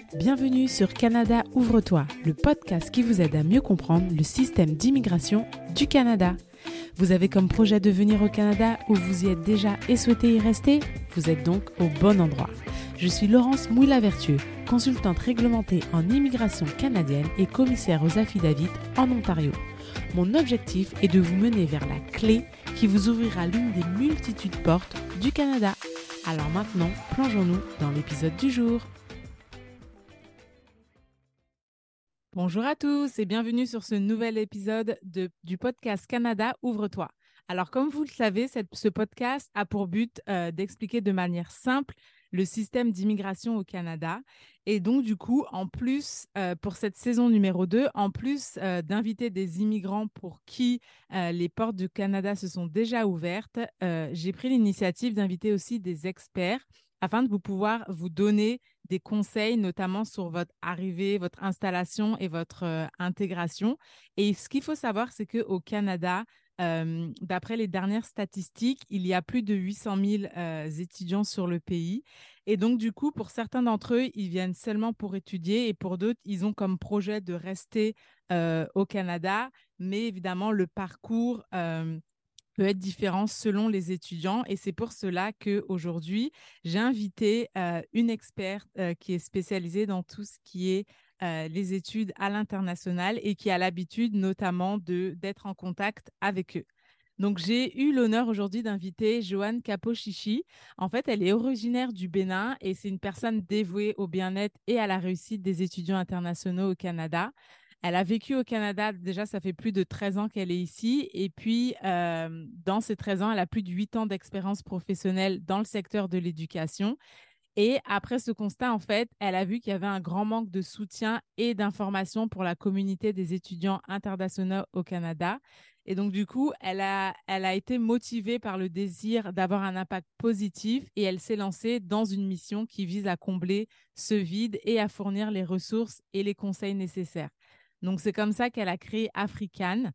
Bienvenue sur Canada Ouvre-toi, le podcast qui vous aide à mieux comprendre le système d'immigration du Canada. Vous avez comme projet de venir au Canada ou vous y êtes déjà et souhaitez y rester? Vous êtes donc au bon endroit. Je suis Laurence Mouilla-Vertueux, consultante réglementée en immigration canadienne et commissaire aux affidavits en Ontario. Mon objectif est de vous mener vers la clé qui vous ouvrira l'une des multitudes portes du Canada. Alors maintenant, plongeons-nous dans l'épisode du jour. Bonjour à tous et bienvenue sur ce nouvel épisode du podcast Canada Ouvre-toi. Alors comme vous le savez, ce podcast a pour but d'expliquer de manière simple le système d'immigration au Canada. Et donc du coup, en plus, pour cette saison numéro 2, en plus d'inviter des immigrants pour qui les portes du Canada se sont déjà ouvertes, j'ai pris l'initiative d'inviter aussi des experts afin de pouvoir vous donner des conseils, notamment sur votre arrivée, votre installation et votre intégration. Et ce qu'il faut savoir, c'est qu'au Canada, d'après les dernières statistiques, il y a plus de 800 000 étudiants sur le pays. Et donc, du coup, pour certains d'entre eux, ils viennent seulement pour étudier et pour d'autres, ils ont comme projet de rester au Canada. Mais évidemment, le parcours peut être différent selon les étudiants et c'est pour cela qu'aujourd'hui, j'ai invité une experte qui est spécialisée dans tout ce qui est les études à l'international et qui a l'habitude notamment d'être en contact avec eux. Donc, j'ai eu l'honneur aujourd'hui d'inviter Joanne Capochichi. En fait, elle est originaire du Bénin et c'est une personne dévouée au bien-être et à la réussite des étudiants internationaux au Canada. Elle a vécu au Canada, déjà, ça fait plus de 13 ans qu'elle est ici. Et puis, dans ces 13 ans, elle a plus de 8 ans d'expérience professionnelle dans le secteur de l'éducation. Et après ce constat, en fait, elle a vu qu'il y avait un grand manque de soutien et d'information pour la communauté des étudiants internationaux au Canada. Et donc, du coup, elle a été motivée par le désir d'avoir un impact positif et elle s'est lancée dans une mission qui vise à combler ce vide et à fournir les ressources et les conseils nécessaires. Donc, c'est comme ça qu'elle a créé African,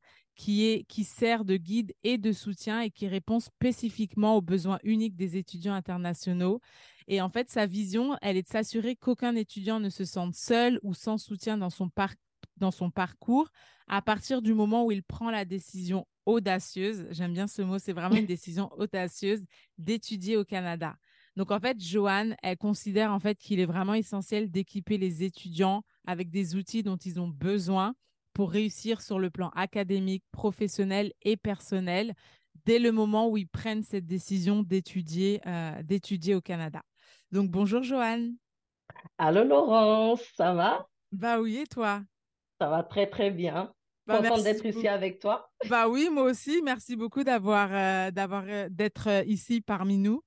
qui sert de guide et de soutien et qui répond spécifiquement aux besoins uniques des étudiants internationaux. Et en fait, sa vision, elle est de s'assurer qu'aucun étudiant ne se sente seul ou sans soutien dans son parcours à partir du moment où il prend la décision audacieuse, j'aime bien ce mot, c'est vraiment une décision audacieuse d'étudier au Canada. Donc, en fait, Joanne, elle considère en fait qu'il est vraiment essentiel d'équiper les étudiants avec des outils dont ils ont besoin pour réussir sur le plan académique, professionnel et personnel dès le moment où ils prennent cette décision d'étudier au Canada. Donc, bonjour Joanne. Allô Laurence, ça va? Bah oui, et toi? Ça va très très bien. Bah Contente merci d'être ici beaucoup. avec toi. Bah oui, moi aussi. Merci beaucoup d'être ici parmi nous.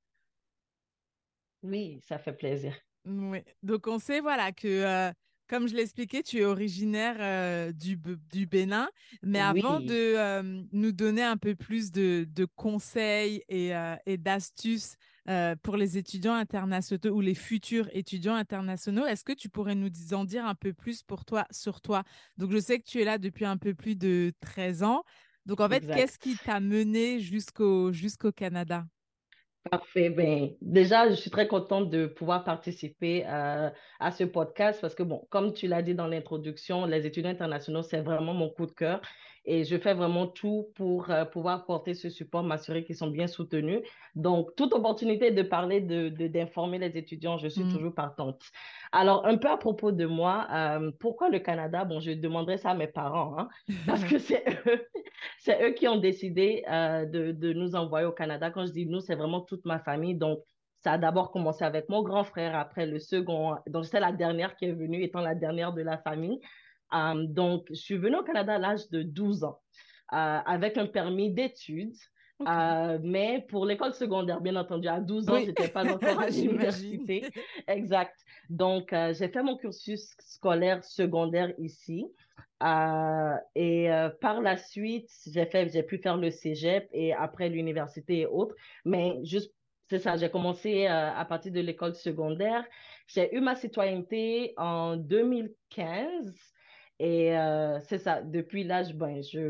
Oui, ça fait plaisir. Oui. Donc, on sait voilà, que, comme je l'expliquais, tu es originaire du Bénin. Mais avant de Oui, nous donner un peu plus de conseils et d'astuces pour les étudiants internationaux ou les futurs étudiants internationaux, est-ce que tu pourrais en dire un peu plus pour toi, sur toi? Donc, je sais que tu es là depuis un peu plus de 13 ans. Donc, en fait, qu'est-ce exact. qui t'a mené jusqu'au Canada? Parfait. Ben, déjà, je suis très contente de pouvoir participer à ce podcast parce que, bon, comme tu l'as dit dans l'introduction, les étudiants internationaux, c'est vraiment mon coup de cœur et je fais vraiment tout pour pouvoir porter ce support, m'assurer qu'ils sont bien soutenus. Donc, toute opportunité de parler, d'informer les étudiants, je suis Mm. toujours partante. Alors, un peu à propos de moi, pourquoi le Canada? Bon, je demanderai ça à mes parents, hein, parce que c'est eux qui ont décidé de nous envoyer au Canada. Quand je dis nous, c'est vraiment toute ma famille. Donc, ça a d'abord commencé avec mon grand frère, après le second. Donc, c'est la dernière qui est venue, étant la dernière de la famille. Donc, je suis venue au Canada à l'âge de 12 ans, avec un permis d'études. OK. Mais pour l'école secondaire, bien entendu, à 12 ans, Oui, je n'étais pas encore à j'imagine. l'université. Exact. Donc, j'ai fait mon cursus scolaire secondaire ici. Par la suite, j'ai pu faire le cégep et après l'université et autres. Mais juste, c'est ça, j'ai commencé à partir de l'école secondaire. J'ai eu ma citoyenneté en 2015 et c'est ça, depuis là,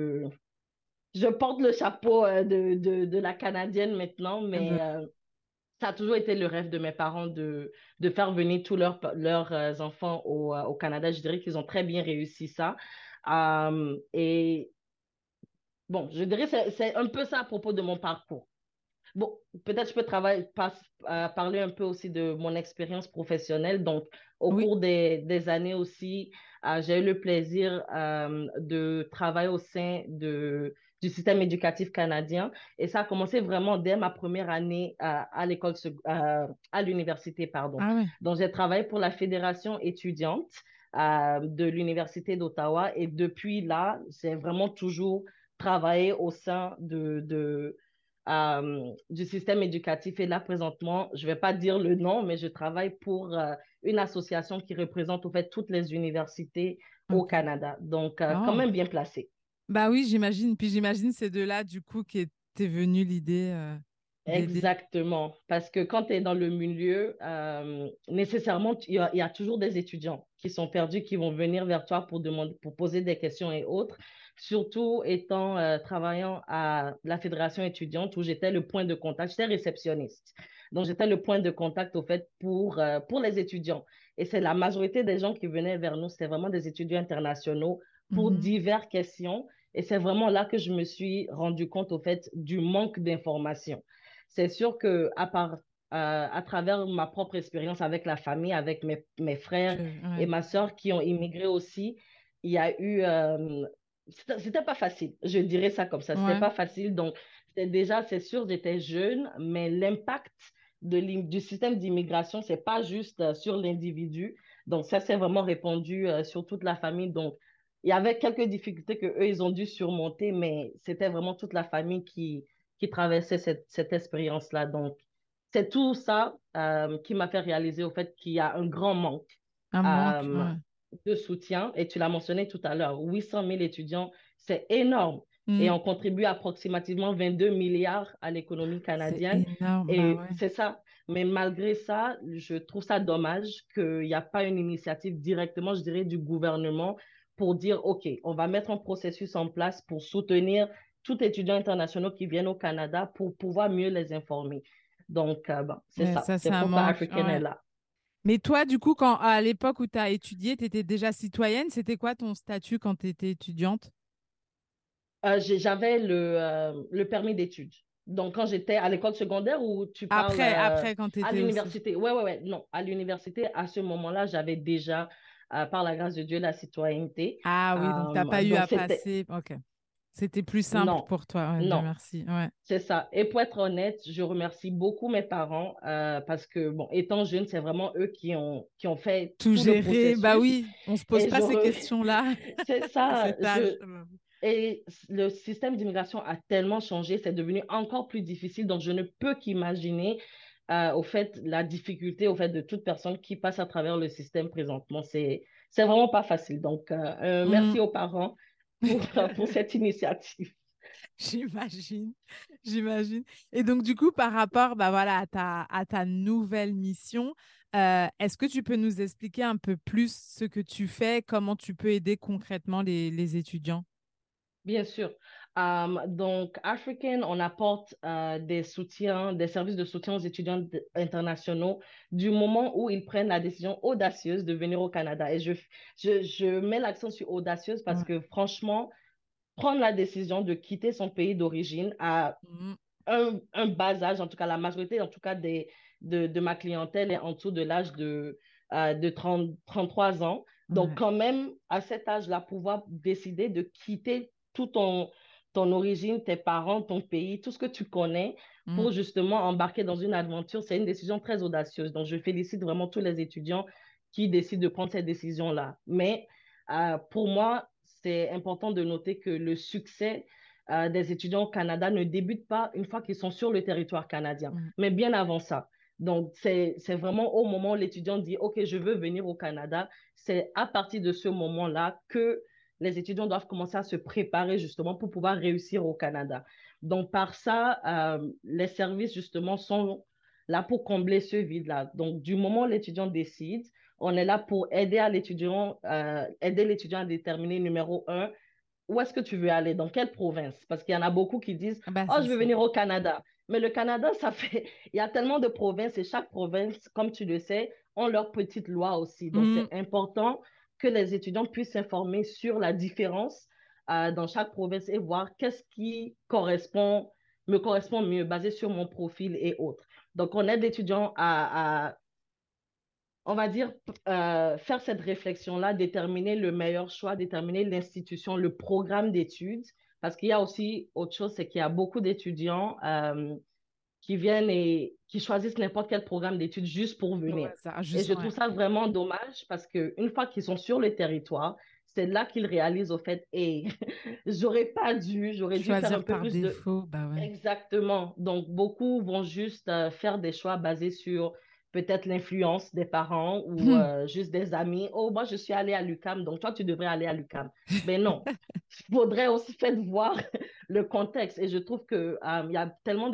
je porte le chapeau de la Canadienne maintenant, Eh ben, mais ça a toujours été le rêve de mes parents de faire venir tous leurs enfants au Canada. Je dirais qu'ils ont très bien réussi ça. Et bon, je dirais que c'est un peu ça à propos de mon parcours. Bon, peut-être je peux parler un peu aussi de mon expérience professionnelle. Donc, au Oui. cours des années aussi, j'ai eu le plaisir de travailler au sein du système éducatif canadien. Et ça a commencé vraiment dès ma première année à l'université, pardon. Ah ouais. Donc, j'ai travaillé pour la Fédération étudiante de l'Université d'Ottawa. Et depuis là, j'ai vraiment toujours travaillé au sein du système éducatif. Et là, présentement, je ne vais pas dire le nom, mais je travaille pour une association qui représente, au fait, toutes les universités au OK. Canada. Donc, quand Oh. même bien placé. Bah oui, j'imagine. Puis j'imagine c'est de là, du coup, qu'était venue l'idée d'aider. Exactement. Parce que quand tu es dans le milieu, nécessairement, il y a toujours des étudiants qui sont perdus, qui vont venir vers toi pour demander, pour poser des questions et autres. Surtout étant travaillant à la fédération étudiante où j'étais le point de contact, j'étais réceptionniste. Donc, j'étais le point de contact, au fait, pour les étudiants. Et c'est la majorité des gens qui venaient vers nous, c'était vraiment des étudiants internationaux pour Mhm. diverses questions. Et c'est vraiment là que je me suis rendu compte, au fait, du manque d'informations. C'est sûr que à travers ma propre expérience avec la famille, avec mes frères et Ouais. ma sœur qui ont immigré aussi, il y a eu c'était pas facile, je dirais ça comme ça, c'était Ouais. pas facile. Donc c'est sûr, j'étais jeune, mais l'impact du système d'immigration, c'est pas juste sur l'individu. Donc ça s'est vraiment répandu sur toute la famille. Donc il y avait quelques difficultés que eux ils ont dû surmonter, mais c'était vraiment toute la famille qui traversait cette expérience-là. Donc, c'est tout ça qui m'a fait réaliser au fait qu'il y a un grand manque Un manque. euh, Ouais. de soutien. Et tu l'as mentionné tout à l'heure, 800 000 étudiants, c'est énorme. Et Mm. on contribue approximativement 22 milliards à l'économie C'est canadienne. énorme. Bah Et ouais. c'est ça. Mais malgré ça, je trouve ça dommage qu'il n'y a pas une initiative directement, je dirais, du gouvernement pour dire, OK, on va mettre un processus en place pour soutenir tout étudiant international qui viennent au Canada pour pouvoir mieux les informer. Donc, bon, c'est Ouais, ça. ça, c'est C'est un pourquoi manque. African est Ouais. là. Mais toi, du coup, à l'époque où tu as étudié, tu étais déjà citoyenne. C'était quoi ton statut quand tu étais étudiante? J'avais le permis d'études. Donc, quand j'étais à l'école secondaire où tu parles Après, quand tu à étais au cégep. l'université. Ouais, ouais, ouais. Non, à l'université, à ce moment-là, j'avais déjà, par la grâce de Dieu, la citoyenneté. Ah oui, donc tu n'as pas eu Donc, à c'était... passer. OK. C'était plus simple Non, pour toi. Ouais, Dieu non. merci. Ouais. C'est ça. Et pour être honnête, je remercie beaucoup mes parents parce que, bon, étant jeune, c'est vraiment eux qui ont fait Tout tout le gérer. Bah processus. oui, on se pose Et pas ces questions-là c'est à ça. cet âge. Et le système d'immigration a tellement changé, c'est devenu encore plus difficile. Donc, je ne peux qu'imaginer, au fait, la difficulté, au fait, de toute personne qui passe à travers le système présentement. C'est vraiment pas facile. Donc, Hmm. merci aux parents pour cette initiative. J'imagine, j'imagine. Et donc, du coup, par rapport bah, voilà, à ta nouvelle mission, est-ce que tu peux nous expliquer un peu plus ce que tu fais, comment tu peux aider concrètement les étudiants? Bien sûr. Donc, African, on apporte des soutiens, des services de soutien aux étudiants internationaux du moment où ils prennent la décision audacieuse de venir au Canada. Et je mets l'accent sur audacieuse parce Ouais. que franchement, prendre la décision de quitter son pays d'origine à Mhm. un bas âge, en tout cas la majorité, en tout cas de ma clientèle est en dessous de l'âge de 33 ans. Donc Ouais. quand même, à cet âge-là, pouvoir décider de quitter tout ton origine, tes parents, ton pays, tout ce que tu connais, Mhm. pour justement embarquer dans une aventure, c'est une décision très audacieuse. Donc je félicite vraiment tous les étudiants qui décident de prendre cette décision-là. Mais pour moi, c'est important de noter que le succès des étudiants au Canada ne débutent pas une fois qu'ils sont sur le territoire canadien, Mhm. mais bien avant ça. Donc, c'est vraiment au moment où l'étudiant dit, OK, je veux venir au Canada, c'est à partir de ce moment-là que les étudiants doivent commencer à se préparer justement pour pouvoir réussir au Canada. Donc, par ça, les services justement sont là pour combler ce vide-là. Donc, du moment où l'étudiant décide, on est là pour aider l'étudiant à déterminer numéro un, où est-ce que tu veux aller? Dans quelle province? Parce qu'il y en a beaucoup qui disent, Ah bah, oh, c'est je veux ça. venir au Canada. Mais le Canada, ça fait, il y a tellement de provinces et chaque province, comme tu le sais, ont leurs petites lois aussi. Donc, Mhm. c'est important que les étudiants puissent s'informer sur la différence dans chaque province et voir qu'est-ce qui me correspond mieux, basé sur mon profil et autres. Donc, on aide l'étudiant on va dire, faire cette réflexion-là, déterminer le meilleur choix, déterminer l'institution, le programme d'études, parce qu'il y a aussi autre chose, c'est qu'il y a beaucoup d'étudiants qui viennent et qui choisissent n'importe quel programme d'études juste pour venir. Ouais, ça, Et juste, je ouais. trouve ça vraiment dommage parce qu'une fois qu'ils sont sur le territoire, c'est là qu'ils réalisent au fait, et j'aurais dû faire un Choisir peu par plus de. défaut, bah ouais. Exactement. Donc, beaucoup vont juste faire des choix basés sur peut-être l'influence des parents ou juste des amis. Oh, moi, je suis allée à l'UQAM, donc toi, tu devrais aller à l'UQAM. Mais non, il faudrait aussi faire voir le contexte. Et je trouve que il y a tellement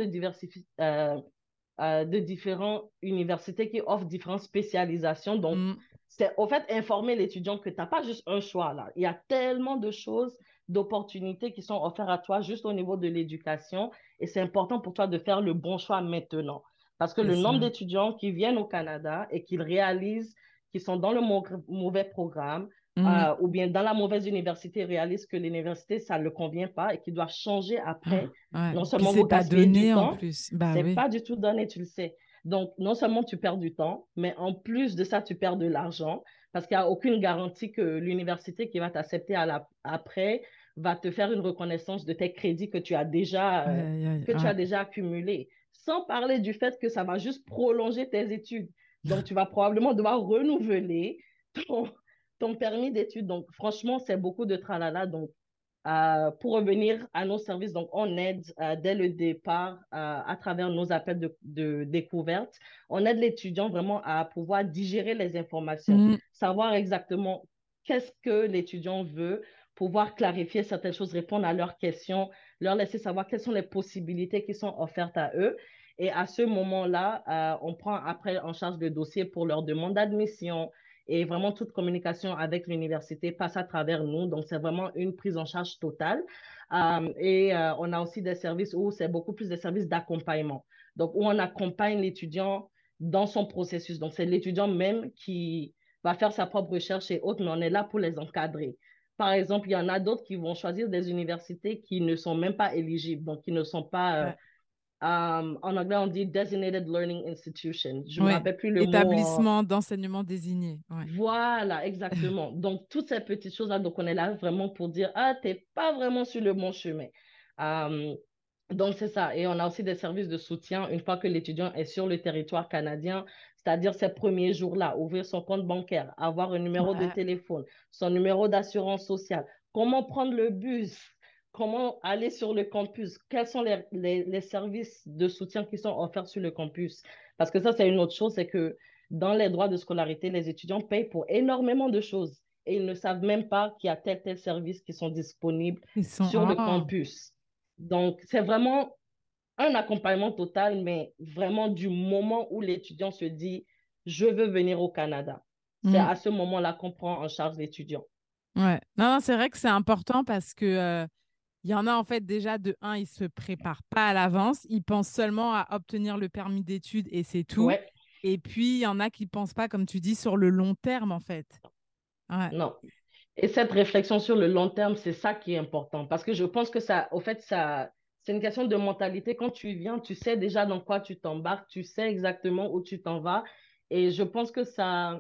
de différentes universités qui offrent différentes spécialisations. Donc, Mm. c'est au fait informer l'étudiant que tu n'as pas juste un choix là. Il y a tellement de choses, d'opportunités qui sont offertes à toi juste au niveau de l'éducation et c'est important pour toi de faire le bon choix maintenant. Parce que C'est le nombre ça. d'étudiants qui viennent au Canada et qu'ils réalisent qu'ils sont dans le mauvais programme Mm. ou bien dans la mauvaise université, réalisent que l'université, ça ne le convient pas et qu'ils doivent changer après. Ah, ouais. Non Puis seulement c'est vous pas gaspillez du donné en temps, plus. Bah c'est oui. pas du tout donné, tu le sais. Donc, non seulement tu perds du temps, mais en plus de ça, tu perds de l'argent parce qu'il n'y a aucune garantie que l'université qui va t'accepter après va te faire une reconnaissance de tes crédits Aïe, aïe, aïe. que tu Ouais. as déjà accumulés. Sans parler du fait que ça va juste prolonger tes études. Donc, tu vas probablement devoir renouveler ton, ton permis d'études. Donc, franchement, c'est beaucoup de tralala. Donc, pour revenir à nos services, donc on aide dès le départ à travers nos appels de découverte. On aide l'étudiant vraiment à pouvoir digérer les informations, Mm. savoir exactement qu'est-ce que l'étudiant veut, pouvoir clarifier certaines choses, répondre à leurs questions, leur laisser savoir quelles sont les possibilités qui sont offertes à eux. Et à ce moment-là, on prend après en charge le dossier pour leur demande d'admission, et vraiment, toute communication avec l'université passe à travers nous. Donc, c'est vraiment une prise en charge totale. On a aussi des services où c'est beaucoup plus des services d'accompagnement. Donc, où on accompagne l'étudiant dans son processus. Donc, c'est l'étudiant même qui va faire sa propre recherche et autres, mais on est là pour les encadrer. Par exemple, il y en a d'autres qui vont choisir des universités qui ne sont même pas éligibles, donc qui ne sont pas Ouais. en anglais, on dit Designated Learning Institution. Je ne me Ouais. rappelle plus le mot en, Établissement d'enseignement désigné. Ouais. voilà, exactement. Donc, toutes ces petites choses-là, donc on est là vraiment pour dire, ah, t'es pas vraiment sur le bon chemin. Euh, donc, c'est ça. Et on a aussi des services de soutien une fois que l'étudiant est sur le territoire canadien, c'est-à-dire ces premiers jours-là, ouvrir son compte bancaire, avoir un numéro de Ouais. téléphone, son numéro d'assurance sociale, comment prendre le bus, comment aller sur le campus, quels sont les services de soutien qui sont offerts sur le campus. Parce que ça, c'est une autre chose, c'est que dans les droits de scolarité, les étudiants payent pour énormément de choses et ils ne savent même pas qu'il y a tel service qui sont disponibles Ils sont. sur le Oh. campus. Donc, c'est vraiment un accompagnement total, mais vraiment du moment où l'étudiant se dit, je veux venir au Canada. C'est Mm. à ce moment-là qu'on prend en charge l'étudiant. Ouais. Non, non, c'est vrai que c'est important parce que il y en a en fait déjà de un, ils se préparent pas à l'avance, ils pensent seulement à obtenir le permis d'études et c'est tout. Ouais, Et puis il y en a qui pensent pas, comme tu dis, sur le long terme en fait. Ouais. non. Et cette réflexion sur le long terme, c'est ça qui est important. Parce que je pense que ça, au fait, ça, c'est une question de mentalité. Quand tu viens, tu sais déjà dans quoi tu t'embarques, tu sais exactement où tu t'en vas. Et je pense que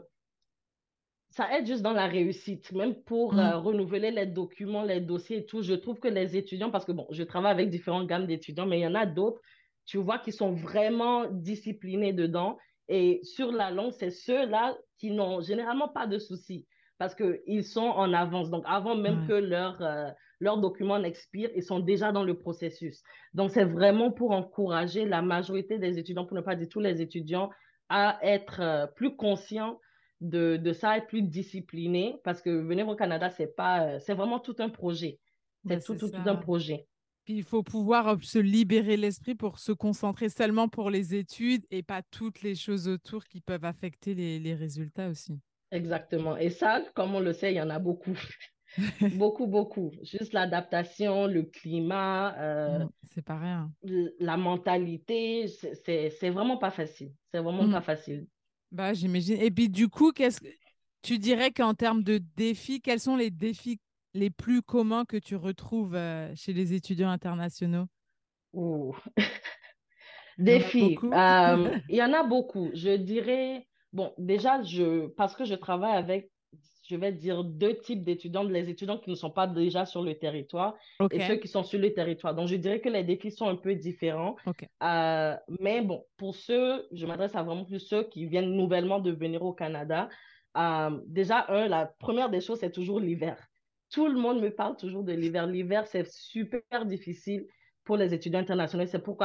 ça aide juste dans la réussite, même pour Mm. renouveler les documents, les dossiers et tout. Je trouve que les étudiants, parce que bon, je travaille avec différentes gammes d'étudiants, mais il y en a d'autres, tu vois, qui sont vraiment disciplinés dedans. Et sur la longue, c'est ceux-là qui n'ont généralement pas de soucis parce qu'ils sont en avance. Donc, avant même Ouais. que leur document n'expire, ils sont déjà dans le processus. Donc, c'est vraiment pour encourager la majorité des étudiants, pour ne pas dire tous les étudiants, à être plus conscients de ça, être plus discipliné, parce que venir au Canada, c'est vraiment tout un projet. Ben, C'est tout, c'est tout, tout un ça. projet. Puis il faut pouvoir se libérer l'esprit pour se concentrer seulement pour les études et pas toutes les choses autour qui peuvent affecter les résultats aussi. Exactement. Et ça, comme on le sait, il y en a beaucoup. Beaucoup, beaucoup. Juste l'adaptation, le climat, C'est pas rien. la mentalité, c'est vraiment pas facile. C'est vraiment Mm. pas facile. Bah, j'imagine. Et puis du coup, qu'est-ce que tu dirais qu'en termes de défis, quels sont les défis les plus communs que tu retrouves chez les étudiants internationaux? Ouh. Il y en a Défis, beaucoup. il y en a beaucoup. Je dirais, bon, déjà, parce que je travaille avec, je vais dire, deux types d'étudiants, les étudiants qui ne sont pas déjà sur le territoire Ok, et ceux qui sont sur le territoire. Donc, je dirais que les défis sont un peu différents. ok. Mais bon, pour ceux, je m'adresse à vraiment plus ceux qui viennent nouvellement de venir au Canada. Déjà, la première des choses, c'est toujours l'hiver. Tout le monde me parle toujours de l'hiver. L'hiver, c'est super difficile pour les étudiants internationaux. C'est pourquoi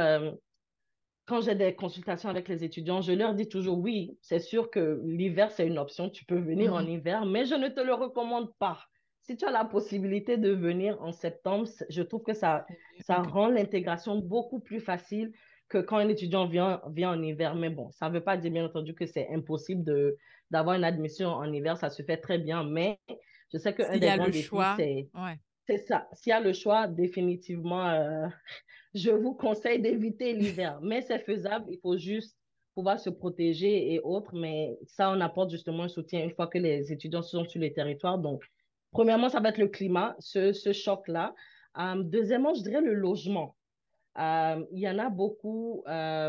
quand j'ai des consultations avec les étudiants, je leur dis toujours oui, c'est sûr que l'hiver, c'est une option. Tu peux venir en Mhm. hiver, mais je ne te le recommande pas. Si tu as la possibilité de venir en septembre, je trouve que C'est mieux. ça Ok. rend l'intégration beaucoup plus facile que quand un étudiant vient en hiver. Mais bon, ça ne veut pas dire, bien entendu, que c'est impossible d'avoir une admission en hiver. Ça se fait très bien. Mais je sais qu'un S'il y des a grands le défis, choix, ouais. c'est ça. S'il y a le choix, définitivement, je vous conseille d'éviter l'hiver, mais c'est faisable. Il faut juste pouvoir se protéger et autres. Mais ça, on apporte justement un soutien une fois que les étudiants sont sur les territoires. Donc, premièrement, ça va être le climat, ce choc-là. Deuxièmement, je dirais le logement. Il y en a beaucoup,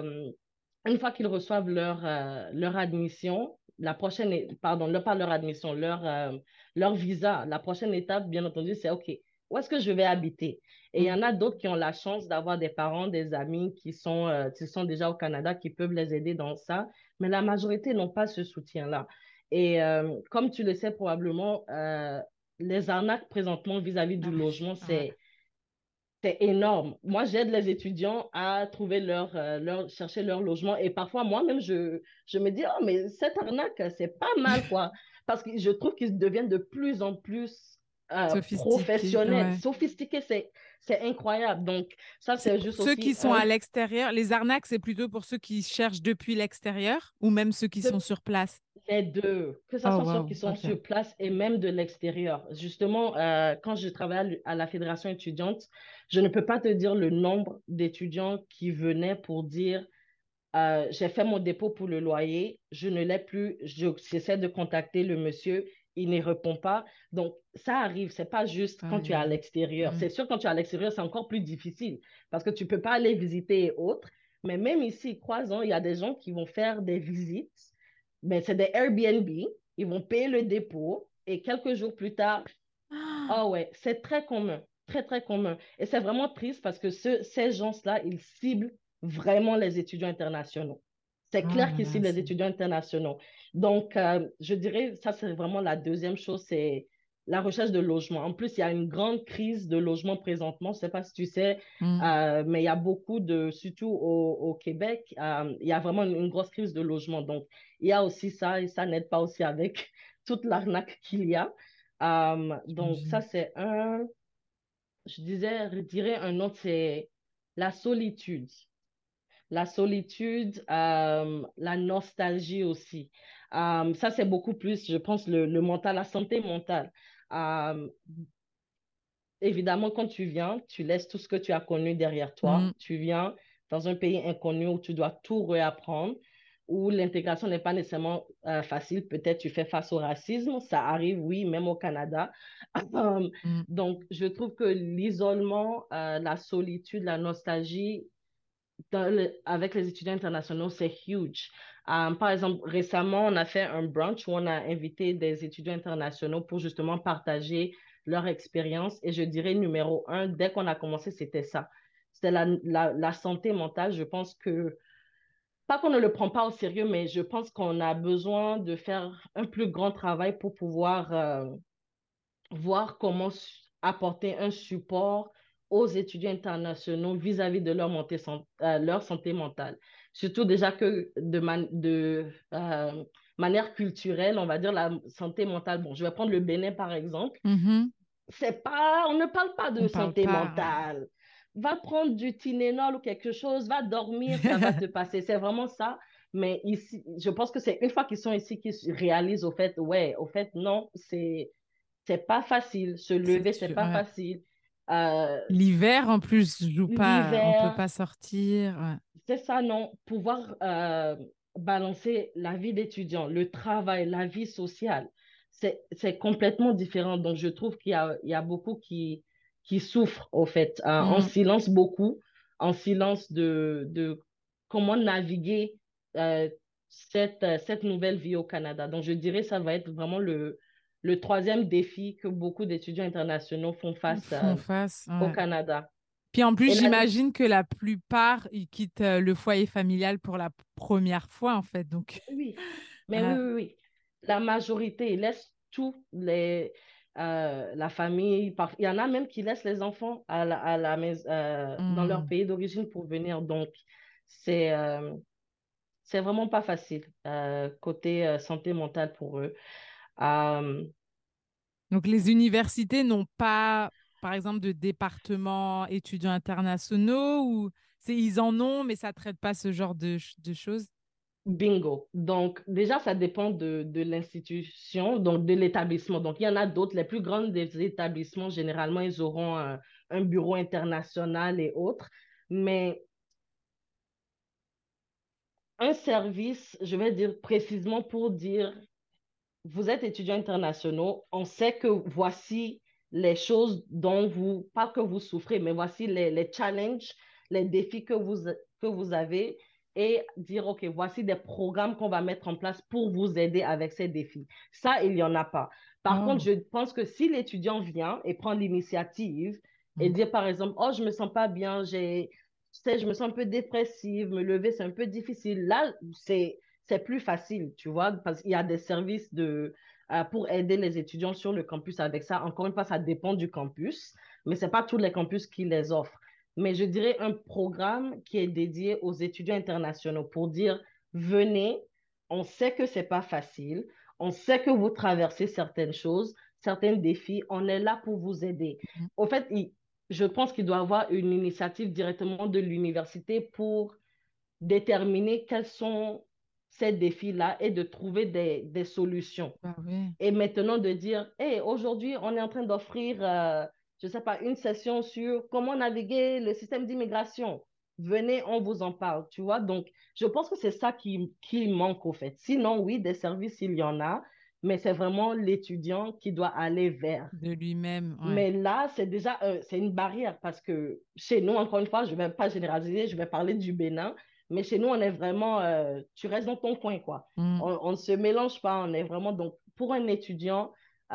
une fois qu'ils reçoivent leur admission, pardon, pas leur admission, leur visa, la prochaine étape, bien entendu, c'est OK, où est-ce que je vais habiter? Et il y Mm. en a d'autres qui ont la chance d'avoir des parents, des amis qui sont déjà au Canada, qui peuvent les aider dans ça, mais la majorité n'ont pas ce soutien-là. Et comme tu le sais probablement, les arnaques présentement vis-à-vis du Ah, logement, ouais. c'est énorme. Moi, j'aide les étudiants à trouver chercher leur logement. Et parfois, moi-même, je me dis, oh, mais cette arnaque, c'est pas mal, quoi. Parce que je trouve qu'ils deviennent de plus en plus Sophistiqué, professionnels, ouais. sophistiqués. C'est incroyable. Donc, ça, C'est c'est pour juste ceux aussi qui sont à l'extérieur. Les arnaques, c'est plutôt pour ceux qui cherchent depuis l'extérieur ou même ceux qui sont sur place. les deux, que ce Oh, soit ceux wow. qui sont Ok. sur place et même de l'extérieur. Justement, quand je travaillais à la Fédération étudiante, je ne peux pas te dire le nombre d'étudiants qui venaient pour dire j'ai fait mon dépôt pour le loyer, je ne l'ai plus, j'essaie de contacter le monsieur, il ne répond pas. Donc, ça arrive, c'est pas juste quand tu es Aïe, à aïe, l'extérieur. aïe. C'est sûr, quand tu es à l'extérieur, c'est encore plus difficile parce que tu peux pas aller visiter et autres. Mais même ici, croisons, il y a des gens qui vont faire des visites, mais c'est des Airbnb, ils vont payer le dépôt et quelques jours plus tard, Ah, ah ouais, c'est très commun, très, très commun. Et c'est vraiment triste parce que ces gens-là, ils ciblent vraiment les étudiants internationaux. C'est oh clair là qu'ils là, ciblent les étudiants internationaux. Donc, je dirais, ça, c'est vraiment la deuxième chose, c'est la recherche de logement. En plus, il y a une grande crise de logement présentement. Je ne sais pas si tu sais, Hmm. mais il y a beaucoup surtout au Québec, il y a vraiment une grosse crise de logement. Donc, il y a aussi ça et ça n'aide pas aussi avec toute l'arnaque qu'il y a. Donc, ça, J'imagine. c'est je dirais un autre, c'est la solitude. La solitude, la nostalgie aussi. Ça, c'est beaucoup plus, je pense, le mental, la santé mentale. Euh, Évidemment, quand tu viens, tu laisses tout ce que tu as connu derrière Hmm. toi. Tu viens dans un pays inconnu où tu dois tout réapprendre, où l'intégration n'est pas nécessairement facile. Peut-être tu fais face au racisme. Ça arrive, oui, même au Canada. Euh, Hmm. donc, je trouve que l'isolement, la solitude, la nostalgie, avec les étudiants internationaux, c'est huge. Par exemple, récemment, on a fait un brunch où on a invité des étudiants internationaux pour justement partager leur expérience. Et je dirais numéro un, dès qu'on a commencé, c'était ça. C'était la santé mentale. Je pense que, pas qu'on ne le prend pas au sérieux, mais je pense qu'on a besoin de faire un plus grand travail pour pouvoir voir comment apporter un support aux étudiants internationaux vis-à-vis de leur santé mentale. Surtout déjà que de manière culturelle, on va dire la santé mentale. Bon, je vais prendre le Bénin par exemple. Mhm. On ne parle pas de On parle santé pas, ouais. mentale. Va prendre du Tylenol ou quelque chose, va dormir, ça va te passer. C'est vraiment ça. Mais ici, je pense que c'est une fois qu'ils sont ici qu'ils réalisent au fait, ouais, au fait, non, c'est pas facile. Se lever, c'est pas Ouais. facile. Euh, L'hiver, en plus, je joue pas, on peut L'hiver, pas sortir. Ouais. c'est ça, non? Pouvoir balancer la vie d'étudiant, le travail, la vie sociale, c'est complètement différent. Donc, je trouve il y a beaucoup qui souffrent, au fait, en Mm. silence beaucoup, en silence de comment naviguer euh, cette nouvelle vie au Canada. Donc, je dirais que ça va être vraiment le troisième défi que beaucoup d'étudiants internationaux font face Font face. au Ouais. Canada. Puis en Et plus, la, j'imagine que la plupart, ils quittent le foyer familial pour la première fois, en fait. Donc, Oui, mais oui, ouais. oui, oui. La majorité, ils laissent la famille. Il y en a même qui laissent les enfants dans leur Mm. pays d'origine pour venir. Donc, c'est c'est vraiment pas facile côté santé mentale pour eux. Euh, Donc, les universités n'ont pas, par exemple, de département étudiants internationaux ou ils en ont, mais ça ne traite pas ce genre de choses. Bingo. Donc, déjà, ça dépend de l'institution, donc de l'établissement. Donc, il y en a d'autres. Les plus grands des établissements, généralement, ils auront un bureau international et autres. Mais un service, je vais dire précisément pour dire, vous êtes étudiants internationaux, on sait que voici les choses dont vous, pas que vous souffrez, mais voici les challenges, les défis que vous avez et dire, OK, voici des programmes qu'on va mettre en place pour vous aider avec ces défis. Ça, il n'y en a pas. Par contre, Oh. je pense que si l'étudiant vient et prend l'initiative et Mm. dire, par exemple, oh, je me sens pas bien, tu sais, je me sens un peu dépressive, me lever, c'est un peu difficile. Là, c'est plus facile, tu vois, parce qu'il y a des services pour aider les étudiants sur le campus avec ça. Encore une fois, ça dépend du campus, mais ce n'est pas tous les campus qui les offrent. Mais je dirais un programme qui est dédié aux étudiants internationaux pour dire, venez, on sait que ce n'est pas facile, on sait que vous traversez certaines choses, certains défis, on est là pour vous aider. Mm. Au fait, je pense qu'il doit y avoir une initiative directement de l'université pour déterminer quels sont ces défis-là et de trouver des solutions. Bah oui. Et maintenant de dire, hey, aujourd'hui, on est en train d'offrir, je ne sais pas, une session sur comment naviguer le système d'immigration. Venez, on vous en parle, tu vois. Donc, je pense que c'est ça qui manque au fait. Sinon, oui, des services, il y en a, mais c'est vraiment l'étudiant qui doit aller vers. De lui-même, ouais. Mais là, c'est déjà c'est une barrière parce que chez nous, encore une fois, je ne vais pas généraliser, je vais parler du Bénin, mais chez nous, on est vraiment, tu restes dans ton coin, quoi. Mm. On ne se mélange pas, on est vraiment, donc pour un étudiant,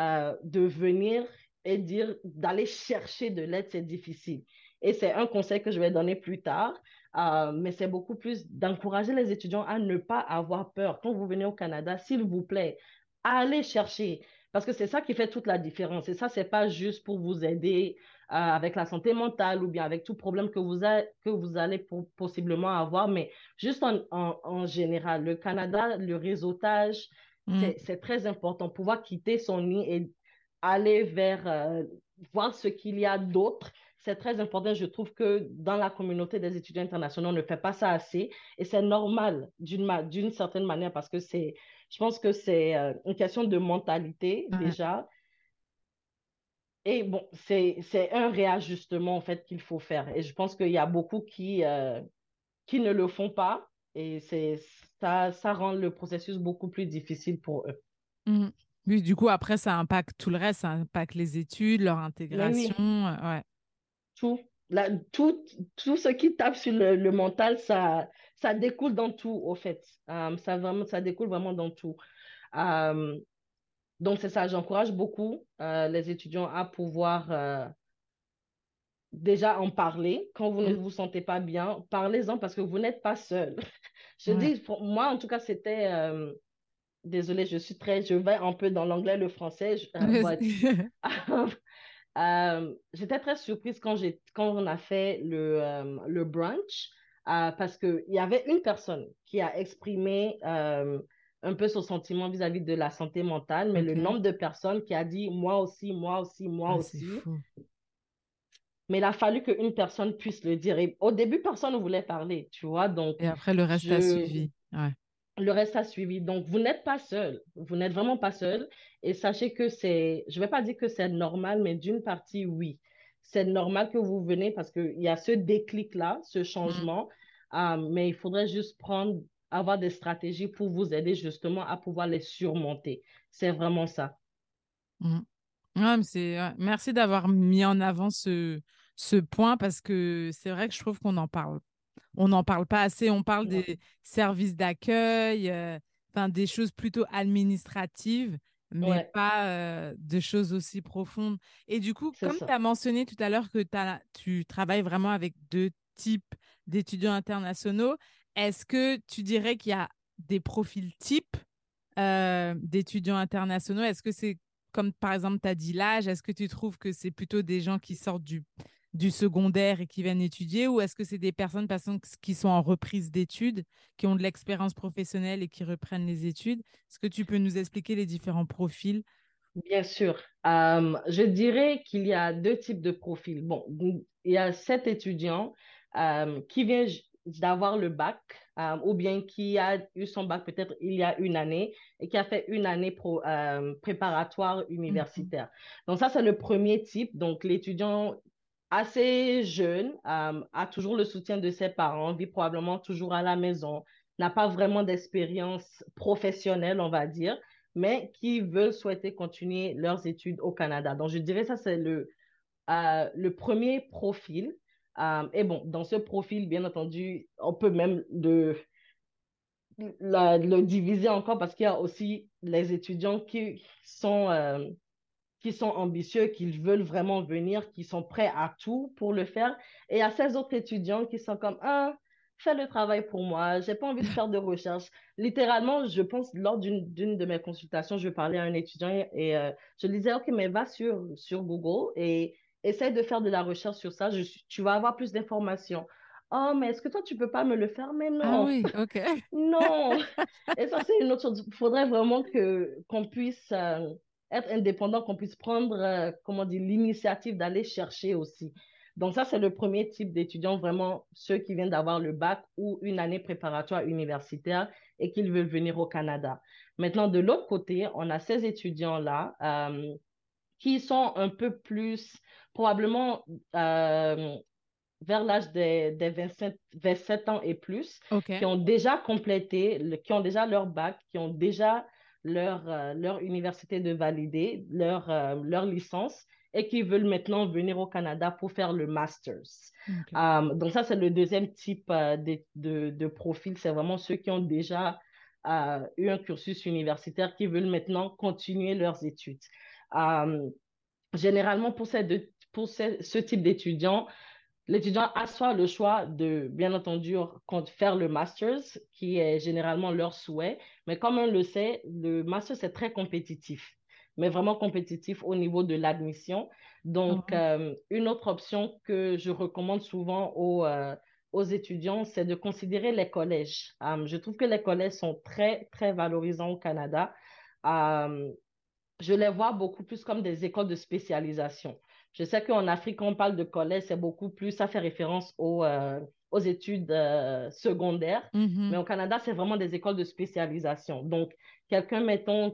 de venir et dire, d'aller chercher de l'aide, c'est difficile. Et c'est un conseil que je vais donner plus tard, mais c'est beaucoup plus d'encourager les étudiants à ne pas avoir peur. Quand vous venez au Canada, s'il vous plaît, allez chercher. Parce que c'est ça qui fait toute la différence. Et ça, c'est pas juste pour vous aider avec la santé mentale ou bien avec tout problème que vous allez possiblement avoir, mais juste en général. Le Canada, le réseautage, Mm. c'est très important. Pouvoir quitter son nid et aller vers voir ce qu'il y a d'autre, c'est très important. Je trouve que dans la communauté des étudiants internationaux, on ne fait pas ça assez. Et c'est normal d'une certaine manière parce que je pense que c'est une question de mentalité Ouais. déjà. Et bon, c'est un réajustement en fait qu'il faut faire. Et je pense qu'il y a beaucoup qui ne le font pas. Et ça rend le processus beaucoup plus difficile pour eux. Mm. Oui, du coup, après, ça impacte tout le reste, ça impacte les études, leur Mais intégration. oui, Ouais. tout, tout ce qui tape sur le mental, ça découle dans tout, au fait. Ça découle vraiment dans tout. Euh, donc, c'est ça, j'encourage beaucoup les étudiants à pouvoir déjà en parler. Quand vous ne Mm. vous sentez pas bien, parlez-en parce que vous n'êtes pas seul. Je Ouais. dis, pour moi, en tout cas, c'était... désolée, je vais un peu dans l'anglais, le français, but, j'étais très surprise quand on a fait le brunch parce qu'il y avait une personne qui a exprimé un peu son sentiment vis-à-vis de la santé mentale, mais le Ok. nombre de personnes qui a dit moi aussi, moi aussi, moi Ah, c'est aussi, fou. mais il a fallu qu'une personne puisse le dire. Et au début, personne ne voulait parler, tu vois, donc Et après, le reste a je, suivi. Ouais. le reste a suivi. Donc, vous n'êtes pas seul. Vous n'êtes vraiment pas seul. Et sachez que je ne vais pas dire que c'est normal, mais d'une partie, oui. C'est normal que vous venez parce qu'il y a ce déclic-là, ce Mm, changement. Mais il faudrait juste avoir des stratégies pour vous aider justement à pouvoir les surmonter. C'est vraiment ça. mm. Ouais, mais merci d'avoir mis en avant ce point parce que c'est vrai que je trouve qu'on en parle. On n'en parle pas assez. On parle Ouais, des services d'accueil, enfin des choses plutôt administratives, mais ouais, pas de choses aussi profondes. Et du coup, c'est comme tu ça. as mentionné tout à l'heure que tu travailles vraiment avec deux types d'étudiants internationaux, est-ce que tu dirais qu'il y a des profils types d'étudiants internationaux? Est-ce que c'est comme par exemple, tu as dit l'âge, est-ce que tu trouves que c'est plutôt des gens qui sortent du secondaire et qui viennent étudier ou est-ce que c'est des personnes qui sont en reprise d'études, qui ont de l'expérience professionnelle et qui reprennent les études? Est-ce que tu peux nous expliquer les différents profils? Bien sûr. Je dirais qu'il y a deux types de profils. Bon, il y a cet étudiant qui vient d'avoir le bac ou bien qui a eu son bac peut-être il y a une année et qui a fait une année préparatoire Mhm. universitaire. Donc ça, c'est le premier type. Donc l'étudiant assez jeune a toujours le soutien de ses parents, vit probablement toujours à la maison, n'a pas vraiment d'expérience professionnelle, on va dire, mais qui veulent souhaiter continuer leurs études au Canada. Donc, je dirais ça, c'est le premier profil. Et bon, dans ce profil, bien entendu, on peut même le diviser encore parce qu'il y a aussi les étudiants qui sont ambitieux, qui veulent vraiment venir, qui sont prêts à tout pour le faire. Et il y a ces autres étudiants qui sont comme, ah, fais le travail pour moi, j'ai pas envie de faire de recherche. Littéralement, je pense, lors d'une de mes consultations, je parlais à un étudiant et je lui disais, OK, mais va sur Google et essaye de faire de la recherche sur ça, tu vas avoir plus d'informations. Oh, mais est-ce que toi, tu peux pas me le faire? Mais Ah non, oui, ok. non. Et ça, c'est une autre chose. Il faudrait vraiment qu'on puisse être indépendant, qu'on puisse prendre, comment dire, l'initiative d'aller chercher aussi. Donc ça, c'est le premier type d'étudiants, vraiment ceux qui viennent d'avoir le bac ou une année préparatoire universitaire et qui veulent venir au Canada. Maintenant, de l'autre côté, on a ces étudiants-là qui sont un peu plus, probablement, vers l'âge des 27 ans et plus, qui Ok. ont déjà complété, qui ont déjà leur bac, qui ont déjà leur université de valider, leur licence, et qui veulent maintenant venir au Canada pour faire le master's. Ok. Donc ça, c'est le deuxième type de profil. C'est vraiment ceux qui ont déjà eu un cursus universitaire, qui veulent maintenant continuer leurs études. Euh, Généralement, ce type d'étudiants, l'étudiant a soit le choix de, bien entendu, faire le master's, qui est généralement leur souhait, mais comme on le sait, le master's est très compétitif, mais vraiment compétitif au niveau de l'admission. Donc, Oh. une autre option que je recommande souvent aux étudiants, c'est de considérer les collèges. Je trouve que les collèges sont très, très valorisants au Canada. Euh, je les vois beaucoup plus comme des écoles de spécialisation. Je sais qu'en Afrique, quand on parle de collège, c'est beaucoup plus, ça fait référence aux études secondaires, mais Mhm. au Canada, c'est vraiment des écoles de spécialisation. Donc, quelqu'un, mettons,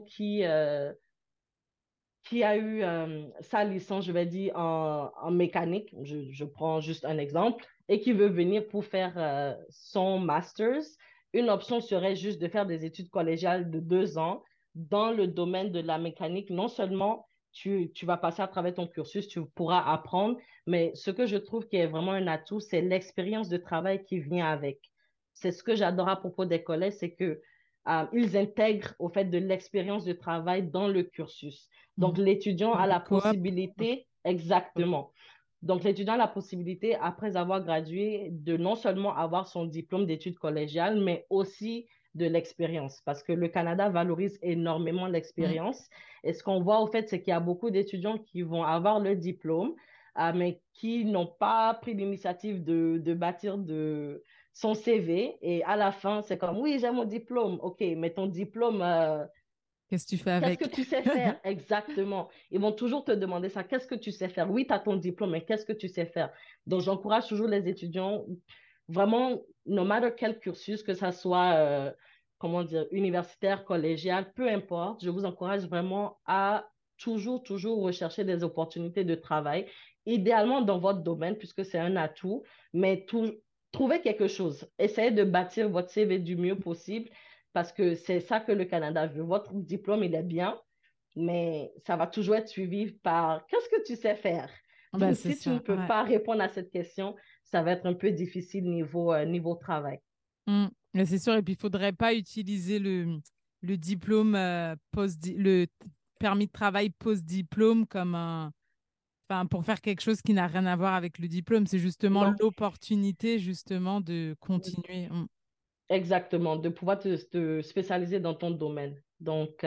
qui a eu sa licence, je vais dire, en mécanique, je prends juste un exemple, et qui veut venir pour faire son master's, une option serait juste de faire des études collégiales de 2 ans dans le domaine de la mécanique. Non seulement tu vas passer à travers ton cursus, tu pourras apprendre, mais ce que je trouve qui est vraiment un atout, c'est l'expérience de travail qui vient avec. C'est ce que j'adore à propos des collèges, c'est que ils intègrent au fait de l'expérience de travail dans le cursus. Donc, Mhm. l'étudiant a Comme des la coop. Ok. possibilité, Ok. exactement. Donc, l'étudiant a la possibilité, après avoir gradué, de non seulement avoir son diplôme d'études collégiales, mais aussi de l'expérience, parce que le Canada valorise énormément Mm. l'expérience. Et ce qu'on voit, au fait, c'est qu'il y a beaucoup d'étudiants qui vont avoir le diplôme, mais qui n'ont pas pris l'initiative de bâtir son CV. Et à la fin, c'est comme, oui, j'ai mon diplôme. OK, mais ton diplôme, Qu'est-ce que tu fais qu'est-ce que avec? tu sais faire exactement? Ils vont toujours te demander ça. Qu'est-ce que tu sais faire? Oui, tu as ton diplôme, mais qu'est-ce que tu sais faire? Donc, j'encourage toujours les étudiants, vraiment, no matter quel cursus, que ça soit comment dire, universitaire, collégiale, peu importe, je vous encourage vraiment à toujours rechercher des opportunités de travail, idéalement dans votre domaine, puisque c'est un atout, mais trouvez quelque chose. Essayez de bâtir votre CV du mieux possible, parce que c'est ça que le Canada veut. Votre diplôme, il est bien, mais ça va toujours être suivi par qu'est-ce que tu sais faire? Bah, Donc, c'est si tu ne ça, peux ouais. pas répondre à cette question, ça va être un peu difficile niveau travail. Mais c'est sûr, et puis il faudrait pas utiliser le diplôme le permis de travail post-diplôme comme enfin, pour faire quelque chose qui n'a rien à voir avec le diplôme. C'est justement Non, l'opportunité justement de continuer. exactement, de pouvoir te spécialiser dans ton domaine. Donc,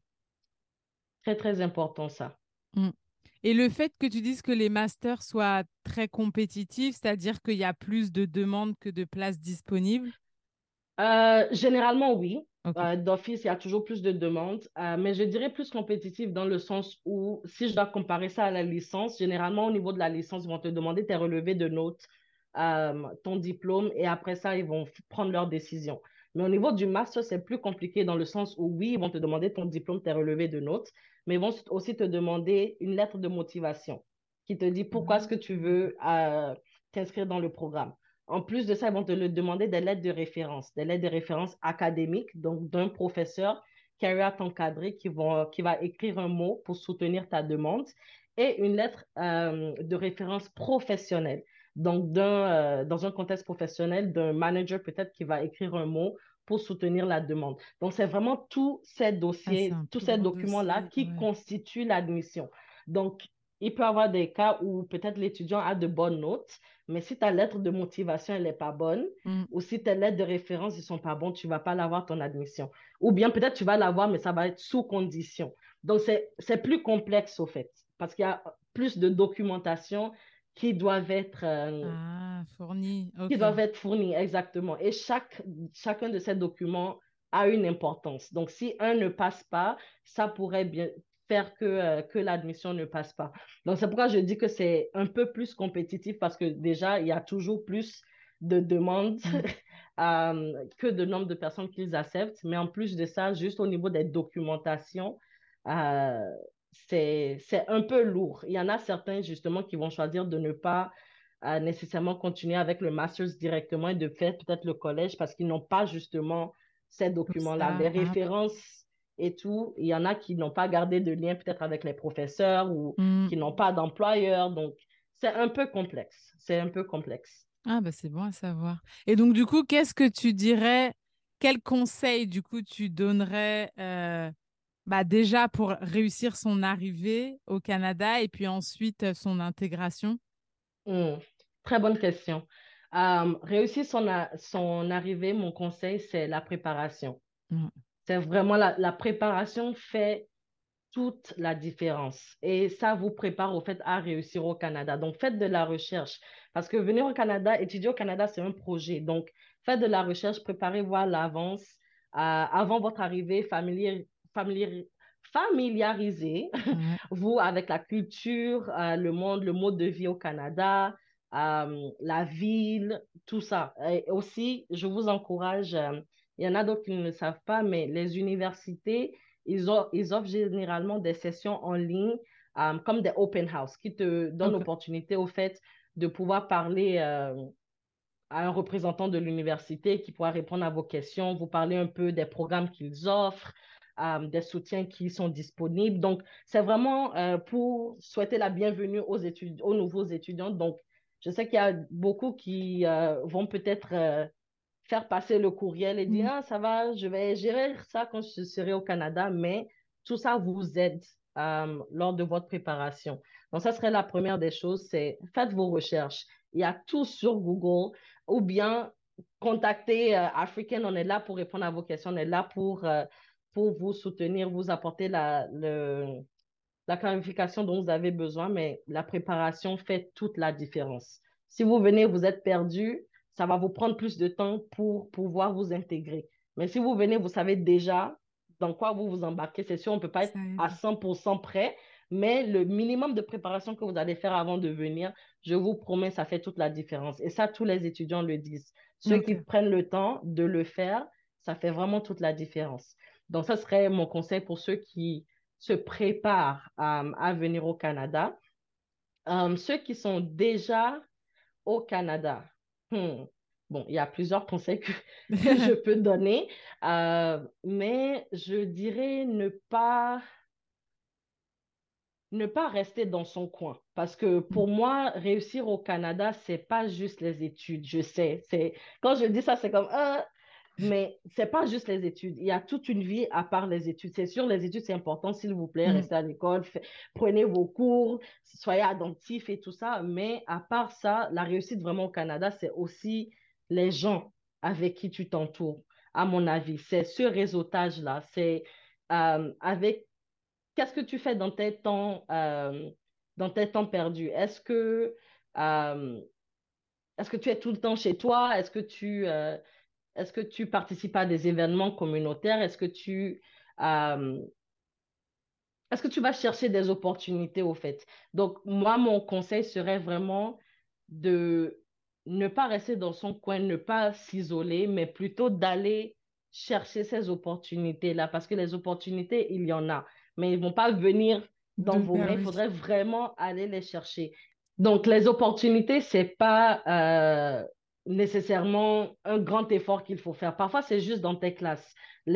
très important ça. Mm. Et le fait que tu dises que les masters soient très compétitifs, c'est-à-dire qu'il y a plus de demandes que de places disponibles. Généralement, oui. Ok. D'office, il y a toujours plus de demandes, mais je dirais plus compétitif dans le sens où, si je dois comparer ça à la licence, généralement, au niveau de la licence, ils vont te demander tes relevés de notes, ton diplôme, et après ça, ils vont prendre leur décision. Mais au niveau du master, c'est plus compliqué dans le sens où, oui, ils vont te demander ton diplôme, tes relevés de notes, mais ils vont aussi te demander une lettre de motivation qui te dit pourquoi est-ce que tu veux t'inscrire dans le programme. En plus de ça, ils vont te le demander des lettres de référence académiques, donc d'un professeur qui a t'encadrer, qui va écrire un mot pour soutenir ta demande, et une lettre de référence professionnelle, donc dans un contexte professionnel, d'un manager peut-être qui va écrire un mot pour soutenir la demande. Donc, c'est vraiment tous ces Ah, c'est dossiers, un tous plus ces gros documents-là dossier. qui Ouais. constituent l'admission. Donc, il peut y avoir des cas où peut-être l'étudiant a de bonnes notes, mais si ta lettre de motivation, elle n'est pas bonne, Mm. ou si tes lettres de référence ne sont pas bonnes, tu ne vas pas l'avoir ton admission. Ou bien peut-être tu vas l'avoir, mais ça va être sous condition. Donc, c'est plus complexe au fait, parce qu'il y a plus de documentation qui doivent être, euh, Ah, fourni. qui Ok. doivent être fournies, exactement. Et chacun de ces documents a une importance. Donc, si un ne passe pas, ça pourrait bien faire que l'admission ne passe pas. Donc, c'est pourquoi je dis que c'est un peu plus compétitif parce que déjà, il y a toujours plus de demandes Mm. que de nombre de personnes qu'ils acceptent. Mais en plus de ça, juste au niveau des documentations, euh, c'est un peu lourd. Il y en a certains, justement, qui vont choisir de ne pas nécessairement continuer avec le master's directement et de faire peut-être le collège parce qu'ils n'ont pas justement ces Tout documents-là, ça. les Ah, références et tout. Il y en a qui n'ont pas gardé de lien peut-être avec les professeurs ou mm. qui n'ont pas d'employeur. Donc, c'est un peu complexe. C'est un peu complexe. Ah, bah, c'est bon à savoir. Et donc, du coup, qu'est-ce que tu dirais, quel conseil, du coup, tu donnerais bah, déjà pour réussir son arrivée au Canada et puis ensuite son intégration? Hmm. Très bonne question. Réussir son arrivée, mon conseil, c'est la préparation. Mm. C'est vraiment la préparation fait toute la différence. Et ça vous prépare au fait à réussir au Canada. Donc, faites de la recherche. Parce que venir au Canada, étudier au Canada, c'est un projet. Donc, faites de la recherche, préparez-vous à l'avance. Avant votre arrivée, Ouais. familiarisez-vous avec la culture, le monde, le mode de vie au Canada, la ville, tout ça. Et aussi, je vous encourage, il y en a d'autres qui ne le savent pas, mais les universités, ils offrent généralement des sessions en ligne comme des open house qui te donnent Ok. l'opportunité au fait de pouvoir parler à un représentant de l'université qui pourra répondre à vos questions, vous parler un peu des programmes qu'ils offrent, des soutiens qui sont disponibles. Donc, c'est vraiment pour souhaiter la bienvenue aux nouveaux étudiants. Donc, je sais qu'il y a beaucoup qui vont peut-être faire passer le courriel et dire, Mm. ah, ça va, je vais gérer ça quand je serai au Canada, mais tout ça vous aide lors de votre préparation. Donc, ça serait la première des choses, c'est faites vos recherches. Il y a tout sur Google ou bien contactez African, on est là pour répondre à vos questions, on est là pour vous soutenir, vous apporter la clarification dont vous avez besoin, mais la préparation fait toute la différence. Si vous venez, vous êtes perdu, ça va vous prendre plus de temps pour pouvoir vous intégrer. Mais si vous venez, vous savez déjà dans quoi vous vous embarquez. C'est sûr, on ne peut pas être Ça à aide. 100% prêt, mais le minimum de préparation que vous allez faire avant de venir, je vous promets, ça fait toute la différence. Et ça, tous les étudiants le disent. Ceux qui Ok. prennent le temps de le faire, ça fait vraiment toute la différence. Donc, ça serait mon conseil pour ceux qui se préparent à venir au Canada. Ceux qui sont déjà au Canada, hmm, bon, il y a plusieurs conseils que je peux donner, mais je dirais ne pas rester dans son coin. Parce que pour moi, réussir au Canada, c'est pas juste les études. Je sais, quand je dis ça, c'est comme, mais c'est pas juste les études. Il y a toute une vie à part les études. C'est sûr, les études, c'est important, s'il vous plaît, Mm. restez à l'école, prenez vos cours, soyez attentifs et tout ça. Mais à part ça, la réussite vraiment au Canada, c'est aussi les gens avec qui tu t'entoures, à mon avis. C'est ce réseautage-là. C'est avec qu'est-ce que tu fais dans tes temps perdus? Euh, est-ce que tu es tout le temps chez toi? Est-ce que tu participes à des événements communautaires? Euh, est-ce que tu vas chercher des opportunités au fait? Donc, moi, mon conseil serait vraiment de ne pas rester dans son coin, ne pas s'isoler, mais plutôt d'aller chercher ces opportunités-là, parce que les opportunités, il y en a, mais ils ne vont pas venir dans De vos mains, faire, il oui. faudrait vraiment aller les chercher. Donc, les opportunités, c'est pas nécessairement un grand effort qu'il faut faire. Parfois, c'est juste dans tes classes.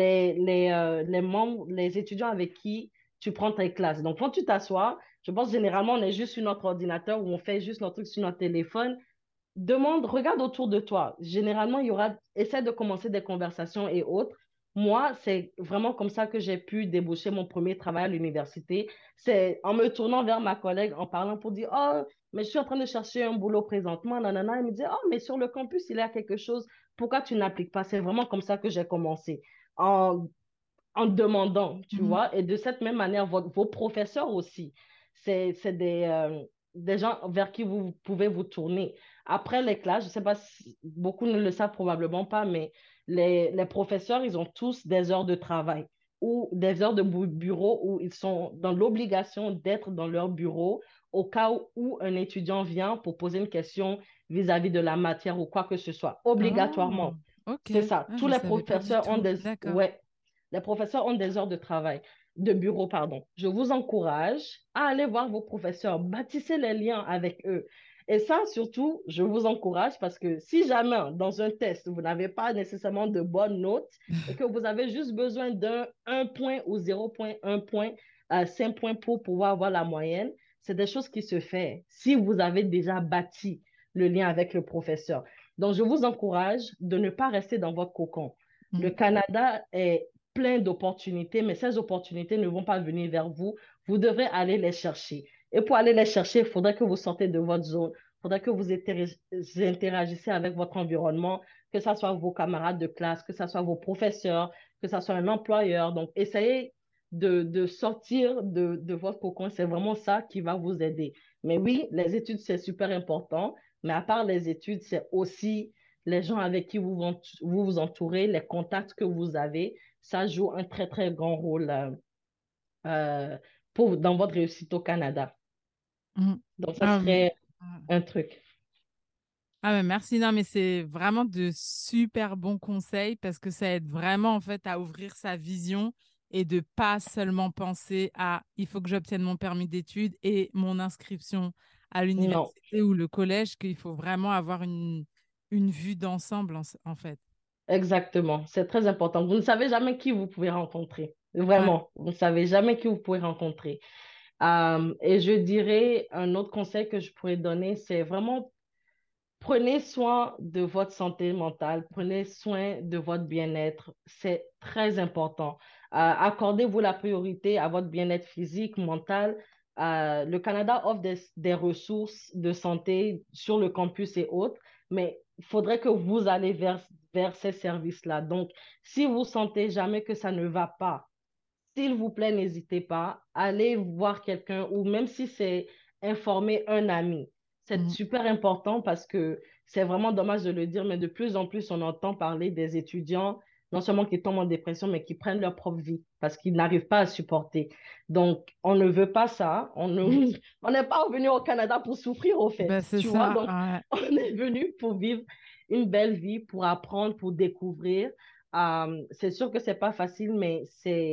Les membres, les étudiants avec qui tu prends tes classes. Donc, quand tu t'assois, je pense généralement, on est juste sur notre ordinateur ou on fait juste notre truc sur notre téléphone. Demande, regarde autour de toi. Généralement, essaie de commencer des conversations et autres. Moi, c'est vraiment comme ça que j'ai pu déboucher mon premier travail à l'université. C'est en me tournant vers ma collègue, en parlant pour dire, oh, mais je suis en train de chercher un boulot présentement, nanana. Elle me dit, oh, mais sur le campus, il y a quelque chose. Pourquoi tu n'appliques pas? C'est vraiment comme ça que j'ai commencé. En en demandant, tu Mhm. vois. Et de cette même manière, vos professeurs aussi, c'est des gens vers qui vous pouvez vous tourner. Après les classes, je ne sais pas si beaucoup ne le savent probablement pas, mais les professeurs, ils ont tous des heures de travail ou des heures de bureau où ils sont dans l'obligation d'être dans leur bureau au cas où un étudiant vient pour poser une question vis-à-vis de la matière ou quoi que ce soit, Oh, obligatoirement. ok. C'est ça. Ah, Tous je les savais pas du professeurs ont tout. des... D'accord. Ouais, les professeurs ont des heures de travail, de bureau, pardon. Je vous encourage à aller voir vos professeurs, bâtissez les liens avec eux. Et ça, surtout, je vous encourage parce que si jamais dans un test, vous n'avez pas nécessairement de bonnes notes et que vous avez juste besoin d'un 1 point ou 0,1 point, 5 points pour pouvoir avoir la moyenne, c'est des choses qui se font si vous avez déjà bâti le lien avec le professeur. Donc, je vous encourage de ne pas rester dans votre cocon. Le Mm. Canada est plein d'opportunités, mais ces opportunités ne vont pas venir vers vous. Vous devrez aller les chercher. Et pour aller les chercher, il faudrait que vous sortez de votre zone. Il faudrait que vous interagissez avec votre environnement, que ce soit vos camarades de classe, que ce soit vos professeurs, que ce soit un employeur. Donc, essayez de sortir de votre cocon. C'est vraiment ça qui va vous aider. Mais oui, les études, c'est super important. Mais à part les études, c'est aussi les gens avec qui vous entourez, les contacts que vous avez, ça joue un très, très grand rôle euh, dans votre réussite au Canada. Mm. Donc, ça Ah, serait un truc. ah, mais merci. Non, mais c'est vraiment de super bons conseils parce que ça aide vraiment en fait à ouvrir sa vision et de pas seulement penser à il faut que j'obtienne mon permis d'études et mon inscription à Non, l'université ou le collège, qu'il faut vraiment avoir une vue d'ensemble en fait. exactement. C'est très important. Vous ne savez jamais qui vous pouvez rencontrer. Ouais. Vraiment, vous ne savez jamais qui vous pouvez rencontrer. Et je dirais, un autre conseil que je pourrais donner, c'est vraiment prenez soin de votre santé mentale, prenez soin de votre bien-être. C'est très important. Accordez-vous la priorité à votre bien-être physique, mental. Le Canada offre des ressources de santé sur le campus et autres, mais il faudrait que vous allez vers ces services-là. Donc, si vous sentez jamais que ça ne va pas, s'il vous plaît, n'hésitez pas, allez voir quelqu'un ou même si c'est informer un ami. C'est Mm. super important parce que c'est vraiment dommage de le dire, mais de plus en plus, on entend parler des étudiants, non seulement qui tombent en dépression, mais qui prennent leur propre vie parce qu'ils n'arrivent pas à supporter. Donc, on ne veut pas ça. Mm. On n'est pas venu au Canada pour souffrir, au fait. Ben, c'est Tu vois, ça. donc, Ouais. on est venu pour vivre une belle vie, pour apprendre, pour découvrir. C'est sûr que c'est pas facile, mais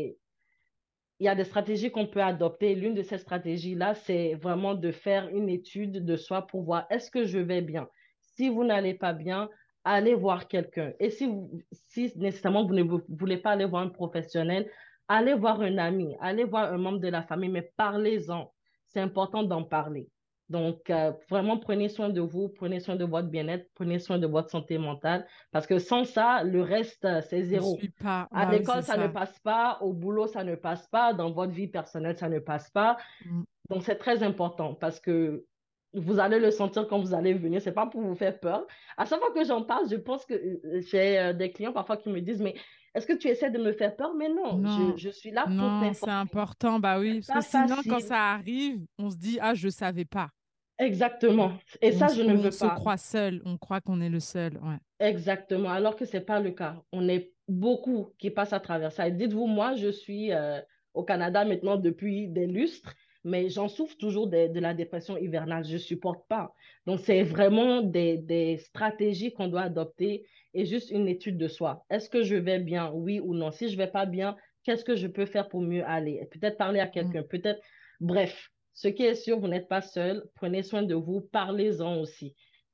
il y a des stratégies qu'on peut adopter. L'une de ces stratégies-là, c'est vraiment de faire une étude de soi pour voir est-ce que je vais bien. Si vous n'allez pas bien, allez voir quelqu'un. Et si nécessairement vous ne voulez pas aller voir un professionnel, allez voir un ami, allez voir un membre de la famille, mais parlez-en. C'est important d'en parler. Donc, vraiment, prenez soin de vous, prenez soin de votre bien-être, prenez soin de votre santé mentale, parce que sans ça, le reste, c'est Ne zéro. suis pas. À Bah oui, c'est l'école, ça ne ça. passe pas. Au boulot, ça ne passe pas. Dans votre vie personnelle, ça ne passe pas. Mm. Donc, c'est très important parce que vous allez le sentir quand vous allez venir. C'est pas pour vous faire peur. À chaque fois que j'en parle, je pense que j'ai des clients parfois qui me disent, mais est-ce que tu essaies de me faire peur? Mais non, Non, je suis là pour non, c'est t'informer. important. Bah oui, C'est parce que pas sinon, quand facile. ça arrive, on se dit, ah, je savais pas. Exactement. Et ça, je Ou ne on veux se pas. croit seul, on croit qu'on est le seul. Ouais. Exactement, alors que ce n'est pas le cas. On est beaucoup qui passent à travers ça. Et dites-vous, moi, je suis au Canada maintenant depuis des lustres, mais j'en souffre toujours de la dépression hivernale. Je ne supporte pas. Donc, c'est vraiment des stratégies qu'on doit adopter et juste une étude de soi. Est-ce que je vais bien, oui ou non? Si je ne vais pas bien, qu'est-ce que je peux faire pour mieux aller? Peut-être parler à Mm, quelqu'un, peut-être... Bref, ce qui est sûr, vous n'êtes pas seul. Prenez soin de vous, parlez-en aussi.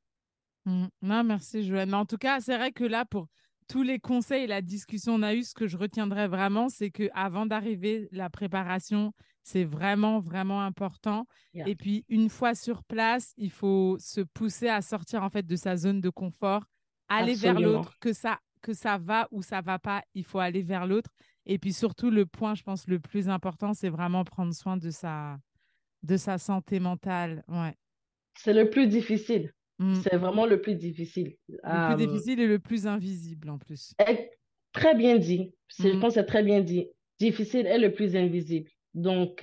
mm. Non, merci, Joanne. Mais en tout cas, c'est vrai que là, pour tous les conseils et la discussion qu'on a eue, ce que je retiendrai vraiment, c'est que avant d'arriver, la préparation, c'est vraiment, vraiment important. Yeah, Et puis, une fois sur place, il faut se pousser à sortir en fait de sa zone de confort, aller vers absolument. l'autre, que ça va ou ça va pas, il faut aller vers l'autre. Et puis surtout, le point, je pense, le plus important, c'est vraiment prendre soin de sa santé mentale. Ouais. C'est le plus difficile. Mm. C'est vraiment le plus difficile. Le plus difficile et le plus invisible en plus. Est très bien dit. Je Mm. pense que c'est très bien dit. Difficile est le plus invisible. Donc,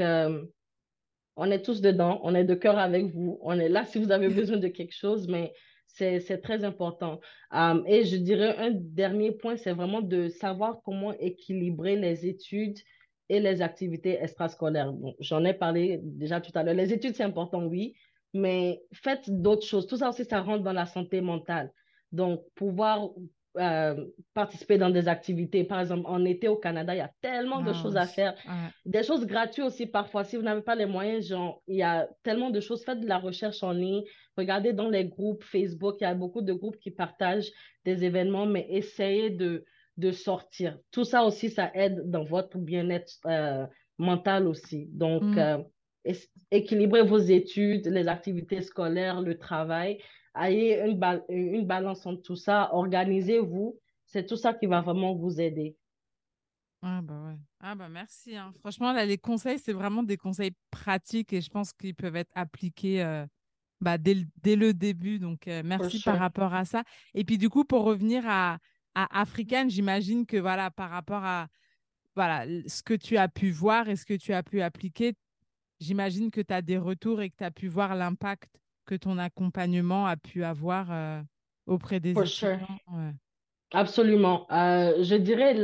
on est tous dedans. On est de cœur avec vous. On est là si vous avez besoin de quelque chose, mais c'est très important. Et je dirais un dernier point, c'est vraiment de savoir comment équilibrer les études et les activités extrascolaires. Bon, j'en ai parlé déjà tout à l'heure. Les études, c'est important, oui, mais faites d'autres choses. Tout ça aussi, ça rentre dans la santé mentale. Donc, pouvoir participer dans des activités. Par exemple, en été au Canada, il y a tellement de Ah choses à oui. faire. Ouais. Des choses gratuites aussi parfois. Si vous n'avez pas les moyens, genre, il y a tellement de choses. Faites de la recherche en ligne. Regardez dans les groupes Facebook. Il y a beaucoup de groupes qui partagent des événements, mais essayez de sortir. Tout ça aussi, ça aide dans votre bien-être mental aussi. Donc, Mm. équilibrez vos études, les activités scolaires, le travail. Ayez une balance entre tout ça. Organisez-vous. C'est tout ça qui va vraiment vous aider. Ah bah ouais. Ah bah merci, hein. Franchement, là, les conseils, c'est vraiment des conseils pratiques et je pense qu'ils peuvent être appliqués bah, dès le début. Donc, For merci par sure. rapport à ça. Et puis, du coup, pour revenir à African, j'imagine que voilà, par rapport à voilà, ce que tu as pu voir et ce que tu as pu appliquer, j'imagine que tu as des retours et que tu as pu voir l'impact que ton accompagnement a pu avoir auprès des For sure. étudiants. Ouais. Absolument. Je dirais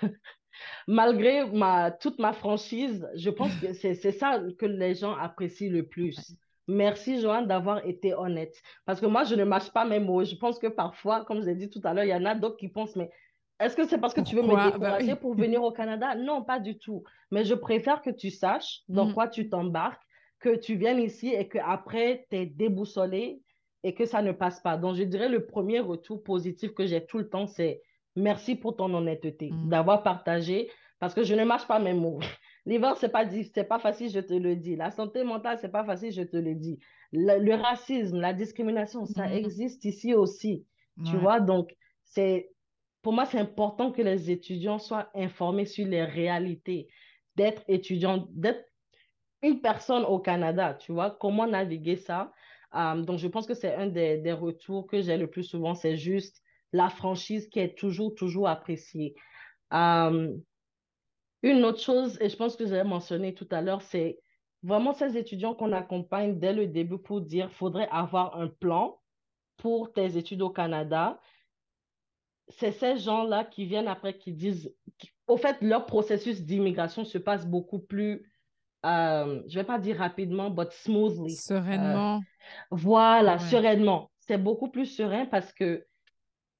malgré toute ma franchise, je pense que c'est ça que les gens apprécient le plus. Merci, Joanne, d'avoir été honnête. Parce que moi, je ne mâche pas mes mots. Je pense que parfois, comme je l'ai dit tout à l'heure, il y en a d'autres qui pensent, mais est-ce que c'est parce que tu veux me Pourquoi? Bah décourager oui. pour venir au Canada? Non, pas du tout. Mais je préfère que tu saches dans Mm, quoi tu t'embarques, que tu viennes ici et qu'après, tu es déboussolé et que ça ne passe pas. Donc, je dirais le premier retour positif que j'ai tout le temps, c'est merci pour ton honnêteté, mm, d'avoir partagé parce que je ne mâche pas mes mots. L'hiver, c'est pas facile, je te le dis. La santé mentale, c'est pas facile, je te le dis. Le racisme, la discrimination, ça mm, existe ici aussi. Tu ouais. vois, donc, c'est, pour moi, c'est important que les étudiants soient informés sur les réalités d'être étudiant, d'être une personne au Canada, tu vois, comment naviguer ça. Donc, je pense que c'est un des retours que j'ai le plus souvent, c'est juste la franchise qui est toujours, toujours appréciée. Euh, une autre chose, et je pense que j'avais mentionné tout à l'heure, c'est vraiment ces étudiants qu'on accompagne dès le début pour dire, faudrait avoir un plan pour tes études au Canada. C'est ces gens-là qui viennent après qui disent, au fait, leur processus d'immigration se passe beaucoup plus, je vais pas dire rapidement, but smoothly. Euh, Sereinement. voilà, Ouais. sereinement. C'est beaucoup plus serein parce que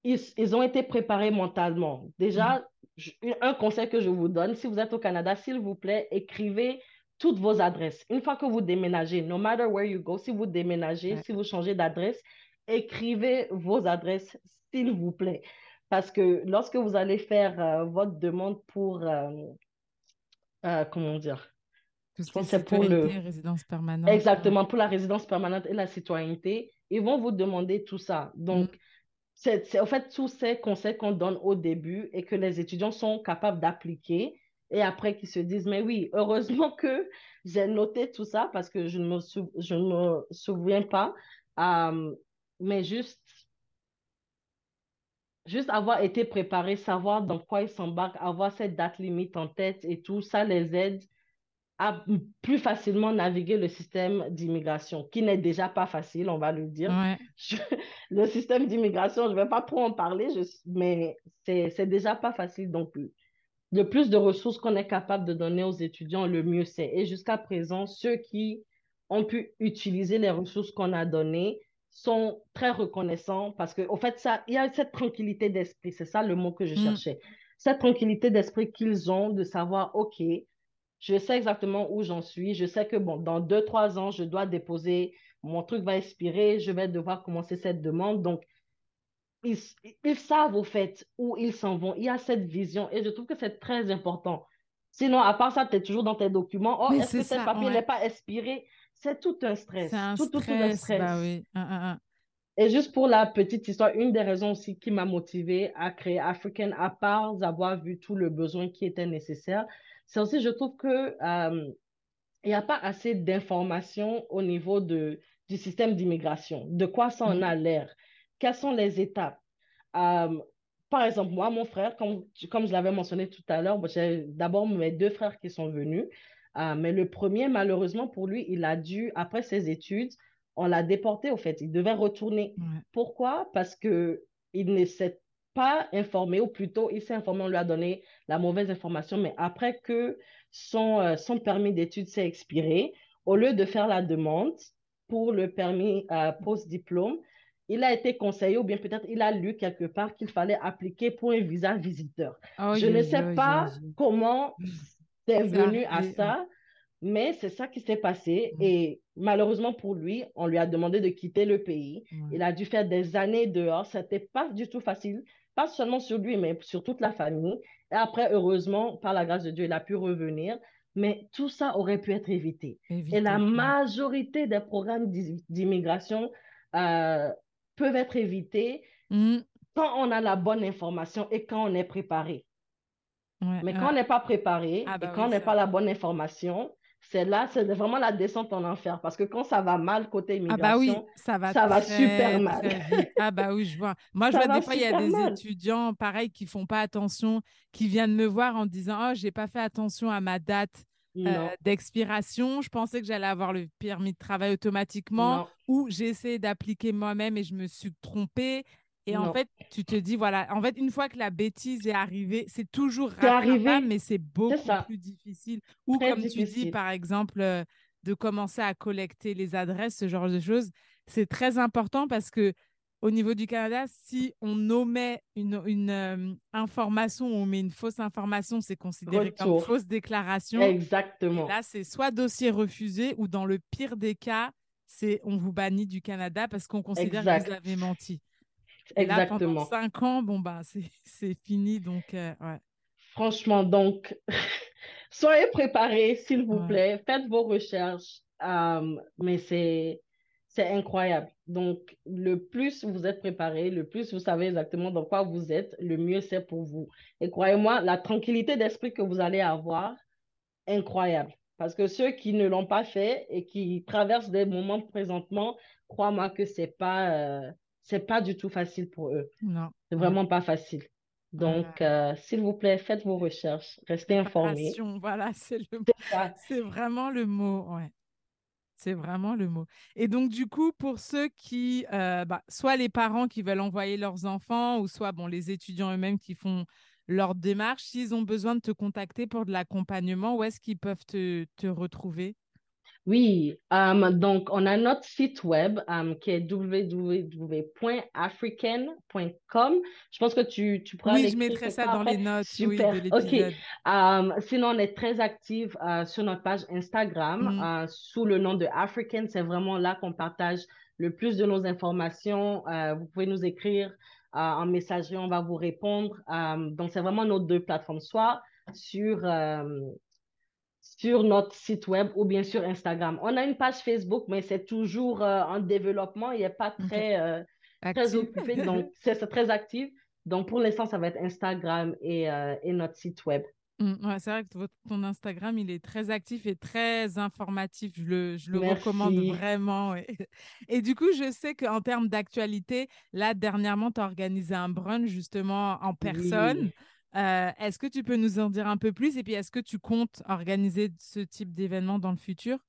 ils ont été préparés mentalement. Mhm. Déjà, un conseil que je vous donne, si vous êtes au Canada, s'il vous plaît, écrivez toutes vos adresses. Une fois que vous déménagez, no matter where you go, si vous déménagez, Ouais. si vous changez d'adresse, écrivez vos adresses, s'il vous plaît. Parce que lorsque vous allez faire votre demande pour, comment dire, Tout ce je qui est pense que c'est pour le, citoyenneté, résidence permanente. Ouais. exactement, pour la résidence permanente et la citoyenneté, ils vont vous demander tout ça. Mhm. Donc, c'est en fait tous ces conseils qu'on donne au début et que les étudiants sont capables d'appliquer et après qu'ils se disent, mais oui, heureusement que j'ai noté tout ça parce que je ne me souviens pas. Euh, mais juste avoir été préparé, savoir dans quoi ils s'embarquent, avoir cette date limite en tête et tout, ça les aide à plus facilement naviguer le système d'immigration, qui n'est déjà pas facile, on va le dire. Ouais. Je- le système d'immigration, je ne vais pas trop en parler, mais c'est déjà pas facile. Donc, le plus de ressources qu'on est capable de donner aux étudiants, le mieux c'est. Et jusqu'à présent, ceux qui ont pu utiliser les ressources qu'on a données sont très reconnaissants parce que, au fait, ça, il y a cette tranquillité d'esprit, c'est ça le mot que je Mhm. cherchais. Cette tranquillité d'esprit qu'ils ont de savoir, OK, je sais exactement où j'en suis. Je sais que bon, dans 2, 3 ans, je dois déposer, mon truc va expirer, je vais devoir commencer cette demande. Donc, ils, ils savent au fait où ils s'en vont. Il y a cette vision et je trouve que c'est très important. Sinon, à part ça, tu es toujours dans tes documents. Oh, Mais est-ce c'est que tel ça, papier n'est ouais. pas expiré? C'est tout un C'est stress, un tout un stress, bah stress. oui. Et juste pour la petite histoire, une des raisons aussi qui m'a motivée à créer African, à part avoir vu tout le besoin qui était nécessaire, c'est aussi, je trouve que il n'y a pas assez d'informations au niveau du système d'immigration. De quoi ça en Mhm. a l'air? Quelles sont les étapes? Euh, Par exemple, moi, mon frère, comme je l'avais mentionné tout à l'heure, j'ai d'abord mes deux frères qui sont venus. Mais le premier, malheureusement pour lui, il a dû, après ses études, on l'a déporté au fait. Il devait retourner. Ouais. Pourquoi? Parce que il ne s'est pas informé, ou plutôt, il s'est informé, on lui a donné la mauvaise information, mais après que son permis d'études s'est expiré, au lieu de faire la demande pour le permis post-diplôme, il a été conseillé, ou bien peut-être il a lu quelque part qu'il fallait appliquer pour un visa visiteur. Oh, Je ne sais pas j'imagine. comment c'est C'est venu à arrivé, ouais. ça, mais c'est ça qui s'est passé. Mhm. Et malheureusement pour lui, on lui a demandé de quitter le pays. Ouais. Il a dû faire des années dehors. Ce n'était pas du tout facile, pas seulement sur lui, mais sur toute la famille. Et après, heureusement, par la grâce de Dieu, il a pu revenir. Mais tout ça aurait pu être évité. Et la Éviter. Ouais. majorité des programmes d'immigration euh, peuvent être évités Mhm. quand on a la bonne information et quand on est préparé. Ouais, Mais ouais. quand on n'est pas préparé Ah et bah quand oui, on n'a c'est pas vrai. la bonne information, c'est là, c'est vraiment la descente en enfer. Parce que quand ça va mal côté Ah bah oui, immigration, ça va ça va super très mal. très vite. Ah bah oui, je vois. Moi, je Ça vois des va fois, il y a super des mal. étudiants, pareil, qui font pas attention, qui viennent me voir en disant, oh, j'ai pas fait attention à ma date Non, d'expiration. Je pensais que j'allais avoir le permis de travail automatiquement, non, ou j'ai essayé d'appliquer moi-même et je me suis trompée. Et en non. fait, tu te dis, voilà, en fait, une fois que la bêtise est arrivée, c'est toujours C'est rattrapable, arrivé, mais c'est c'est beaucoup ça, plus difficile. Ou très comme tu dis, difficile. par exemple, de commencer à collecter les adresses, ce genre de choses, c'est très important parce que au niveau du Canada, si on omet une information ou on met une fausse information, c'est considéré comme Retour, fausse déclaration. Et exactement, là, c'est soit dossier refusé ou dans le pire des cas, c'est on vous bannit du Canada parce qu'on considère que vous exact, avez menti. Et là, pendant exactement. 5 ans, bon, bah, c'est fini. Donc, ouais, Franchement, donc, soyez préparés, s'il vous ouais, plaît. Faites vos recherches. Mais c'est incroyable. Donc, le plus vous êtes préparé, le plus vous savez exactement dans quoi vous êtes, le mieux c'est pour vous. Et croyez-moi, la tranquillité d'esprit que vous allez avoir, incroyable. Parce que ceux qui ne l'ont pas fait et qui traversent des moments présentement, crois-moi que c'est pas du tout facile pour eux. non, C'est ouais. vraiment pas facile. Donc, s'il vous plaît, faites vos recherches, restez informés. Préparation, voilà, Ça, c'est vraiment le mot, ouais. C'est vraiment le mot. Et donc, du coup, pour ceux qui, bah, soit les parents qui veulent envoyer leurs enfants, ou soit bon, les étudiants eux-mêmes qui font leur démarche, s'ils ont besoin de te contacter pour de l'accompagnement, où est-ce qu'ils peuvent te retrouver? Oui, donc on a notre site web qui est www.african.com. Je pense que tu pourras Oui, je l'écrire mettrai quelque ça part dans les après. notes, oui, de Super, OK. l'épisode. Sinon, on est très active sur notre page Instagram Mm, sous le nom de African. C'est vraiment là qu'on partage le plus de nos informations. Vous pouvez nous écrire en messagerie, on va vous répondre. Donc, c'est vraiment nos deux plateformes, soit sur sur notre site web ou bien sur Instagram. On a une page Facebook, mais c'est toujours en développement. Il n'est pas ok. très Active. occupé, donc c'est très actif. Donc pour l'instant, ça va être Instagram et notre site web. Ouais, c'est vrai que ton Instagram, il est très actif et très informatif. Je le recommande Merci. vraiment. Ouais. Et du coup, je sais qu'en termes d'actualité, là, dernièrement, tu as organisé un brunch justement en personne. Oui. Est-ce que tu peux nous en dire un peu plus? Et puis, est-ce que tu comptes organiser ce type d'événement dans le futur?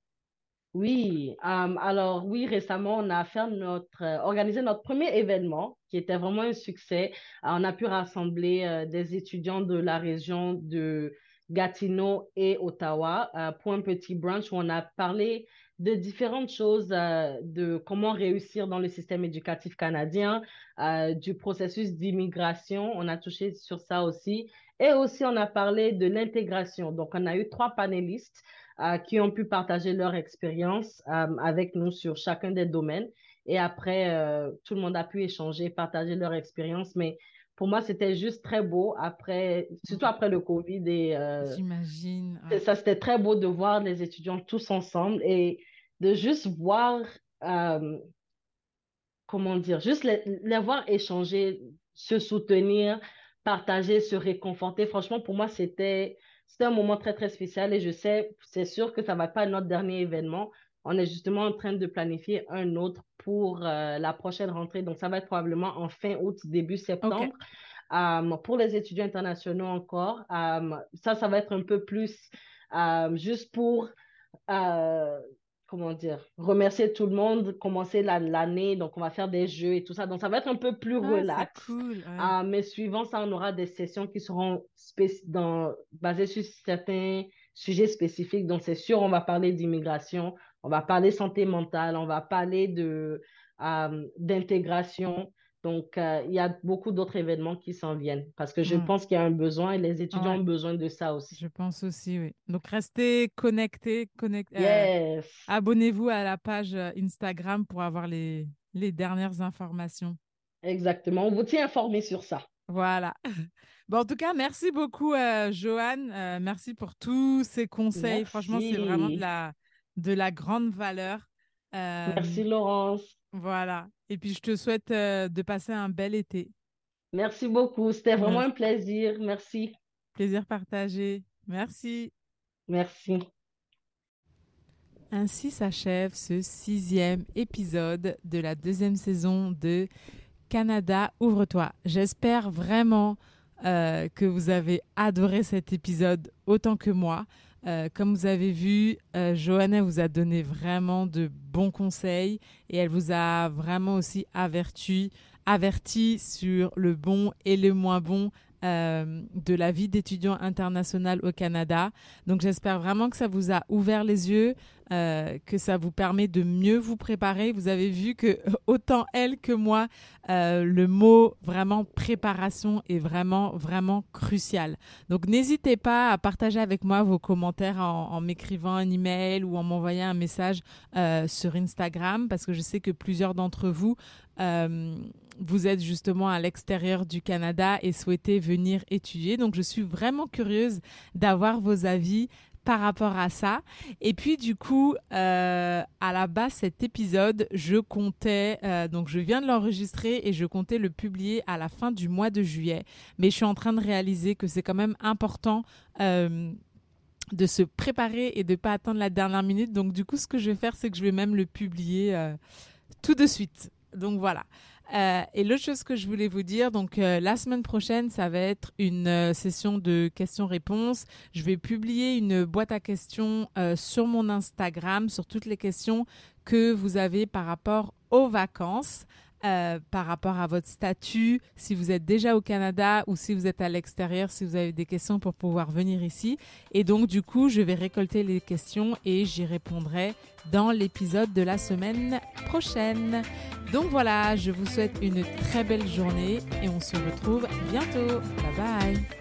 Oui, alors oui, récemment, on a fait organisé notre premier événement qui était vraiment un succès. On a pu rassembler des étudiants de la région de Gatineau et Ottawa pour un petit brunch où on a parlé de différentes choses, de comment réussir dans le système éducatif canadien, du processus d'immigration. On a touché sur ça aussi. Et aussi, on a parlé de l'intégration. Donc, on a eu trois panélistes qui ont pu partager leur expérience avec nous sur chacun des domaines. Et après, tout le monde a pu échanger, partager leur expérience. Mais pour moi, c'était juste très beau après, surtout Mm, après le Covid. j'imagine. Et Ouais. ça, c'était très beau de voir les étudiants tous ensemble et de juste voir euh, comment dire, juste les voir échanger, se soutenir, partager, se réconforter. Franchement, pour moi, c'était un moment très, très spécial et je sais, c'est sûr que ça va pas être notre dernier événement. On est justement en train de planifier un autre pour la prochaine rentrée. Donc, ça va être probablement en fin août, début OK. septembre. Pour les étudiants internationaux encore, ça va être un peu plus juste pour euh, comment dire, remercier tout le monde, commencer l'année, donc on va faire des jeux et tout ça. Donc ça va être un peu plus Ah, c'est relax. cool. Ouais. Mais suivant ça, on aura des sessions qui seront basées sur certains sujets spécifiques. Donc c'est sûr, on va parler d'immigration, on va parler santé mentale, on va parler d'intégration. Donc, il y a beaucoup d'autres événements qui s'en viennent parce que je Mm, pense qu'il y a un besoin et les étudiants ouais, ont besoin de ça je aussi. pense aussi, oui. Donc, restez connectés, Yes, abonnez-vous à la page Instagram pour avoir les dernières informations. exactement. On vous tient informé sur ça. Voilà. Bon, en tout cas, merci beaucoup, Joanne. Merci pour tous ces conseils. Franchement, c'est vraiment Merci. de la grande valeur. Euh, Merci, Laurence. voilà. Et puis, je te souhaite de passer un bel été. Merci beaucoup. C'était vraiment un Merci. plaisir. Merci. Plaisir partagé. Merci. Merci. Ainsi s'achève ce 6e épisode de la 2e saison de Canada, ouvre-toi. J'espère vraiment que vous avez adoré cet épisode autant que moi. Comme vous avez vu, Johanna vous a donné vraiment de bons conseils et elle vous a vraiment aussi averti sur le bon et le moins bon de la vie d'étudiant international au Canada. Donc j'espère vraiment que ça vous a ouvert les yeux, que ça vous permet de mieux vous préparer. Vous avez vu que autant elle que moi, le mot vraiment préparation est vraiment, vraiment crucial. Donc n'hésitez pas à partager avec moi vos commentaires en m'écrivant un email ou en m'envoyant un message sur Instagram parce que je sais que plusieurs d'entre vous vous êtes justement à l'extérieur du Canada et souhaitez venir étudier. Donc, je suis vraiment curieuse d'avoir vos avis par rapport à ça. Et puis, du coup, à la base, cet épisode, je comptais, donc je viens de l'enregistrer et je comptais le publier à la fin du mois de juillet. Mais je suis en train de réaliser que c'est quand même important de se préparer et de ne pas attendre la dernière minute. Donc, du coup, ce que je vais faire, c'est que je vais même le publier tout de suite. Donc, voilà. Et l'autre chose que je voulais vous dire, donc la semaine prochaine, ça va être une session de questions-réponses. Je vais publier une boîte à questions sur mon Instagram, sur toutes les questions que vous avez par rapport aux vacances. par rapport à votre statut, si vous êtes déjà au Canada ou si vous êtes à l'extérieur, si vous avez des questions pour pouvoir venir ici. Et donc, du coup, je vais récolter les questions et j'y répondrai dans l'épisode de la semaine prochaine. Donc voilà, je vous souhaite une très belle journée et on se retrouve bientôt. Bye bye!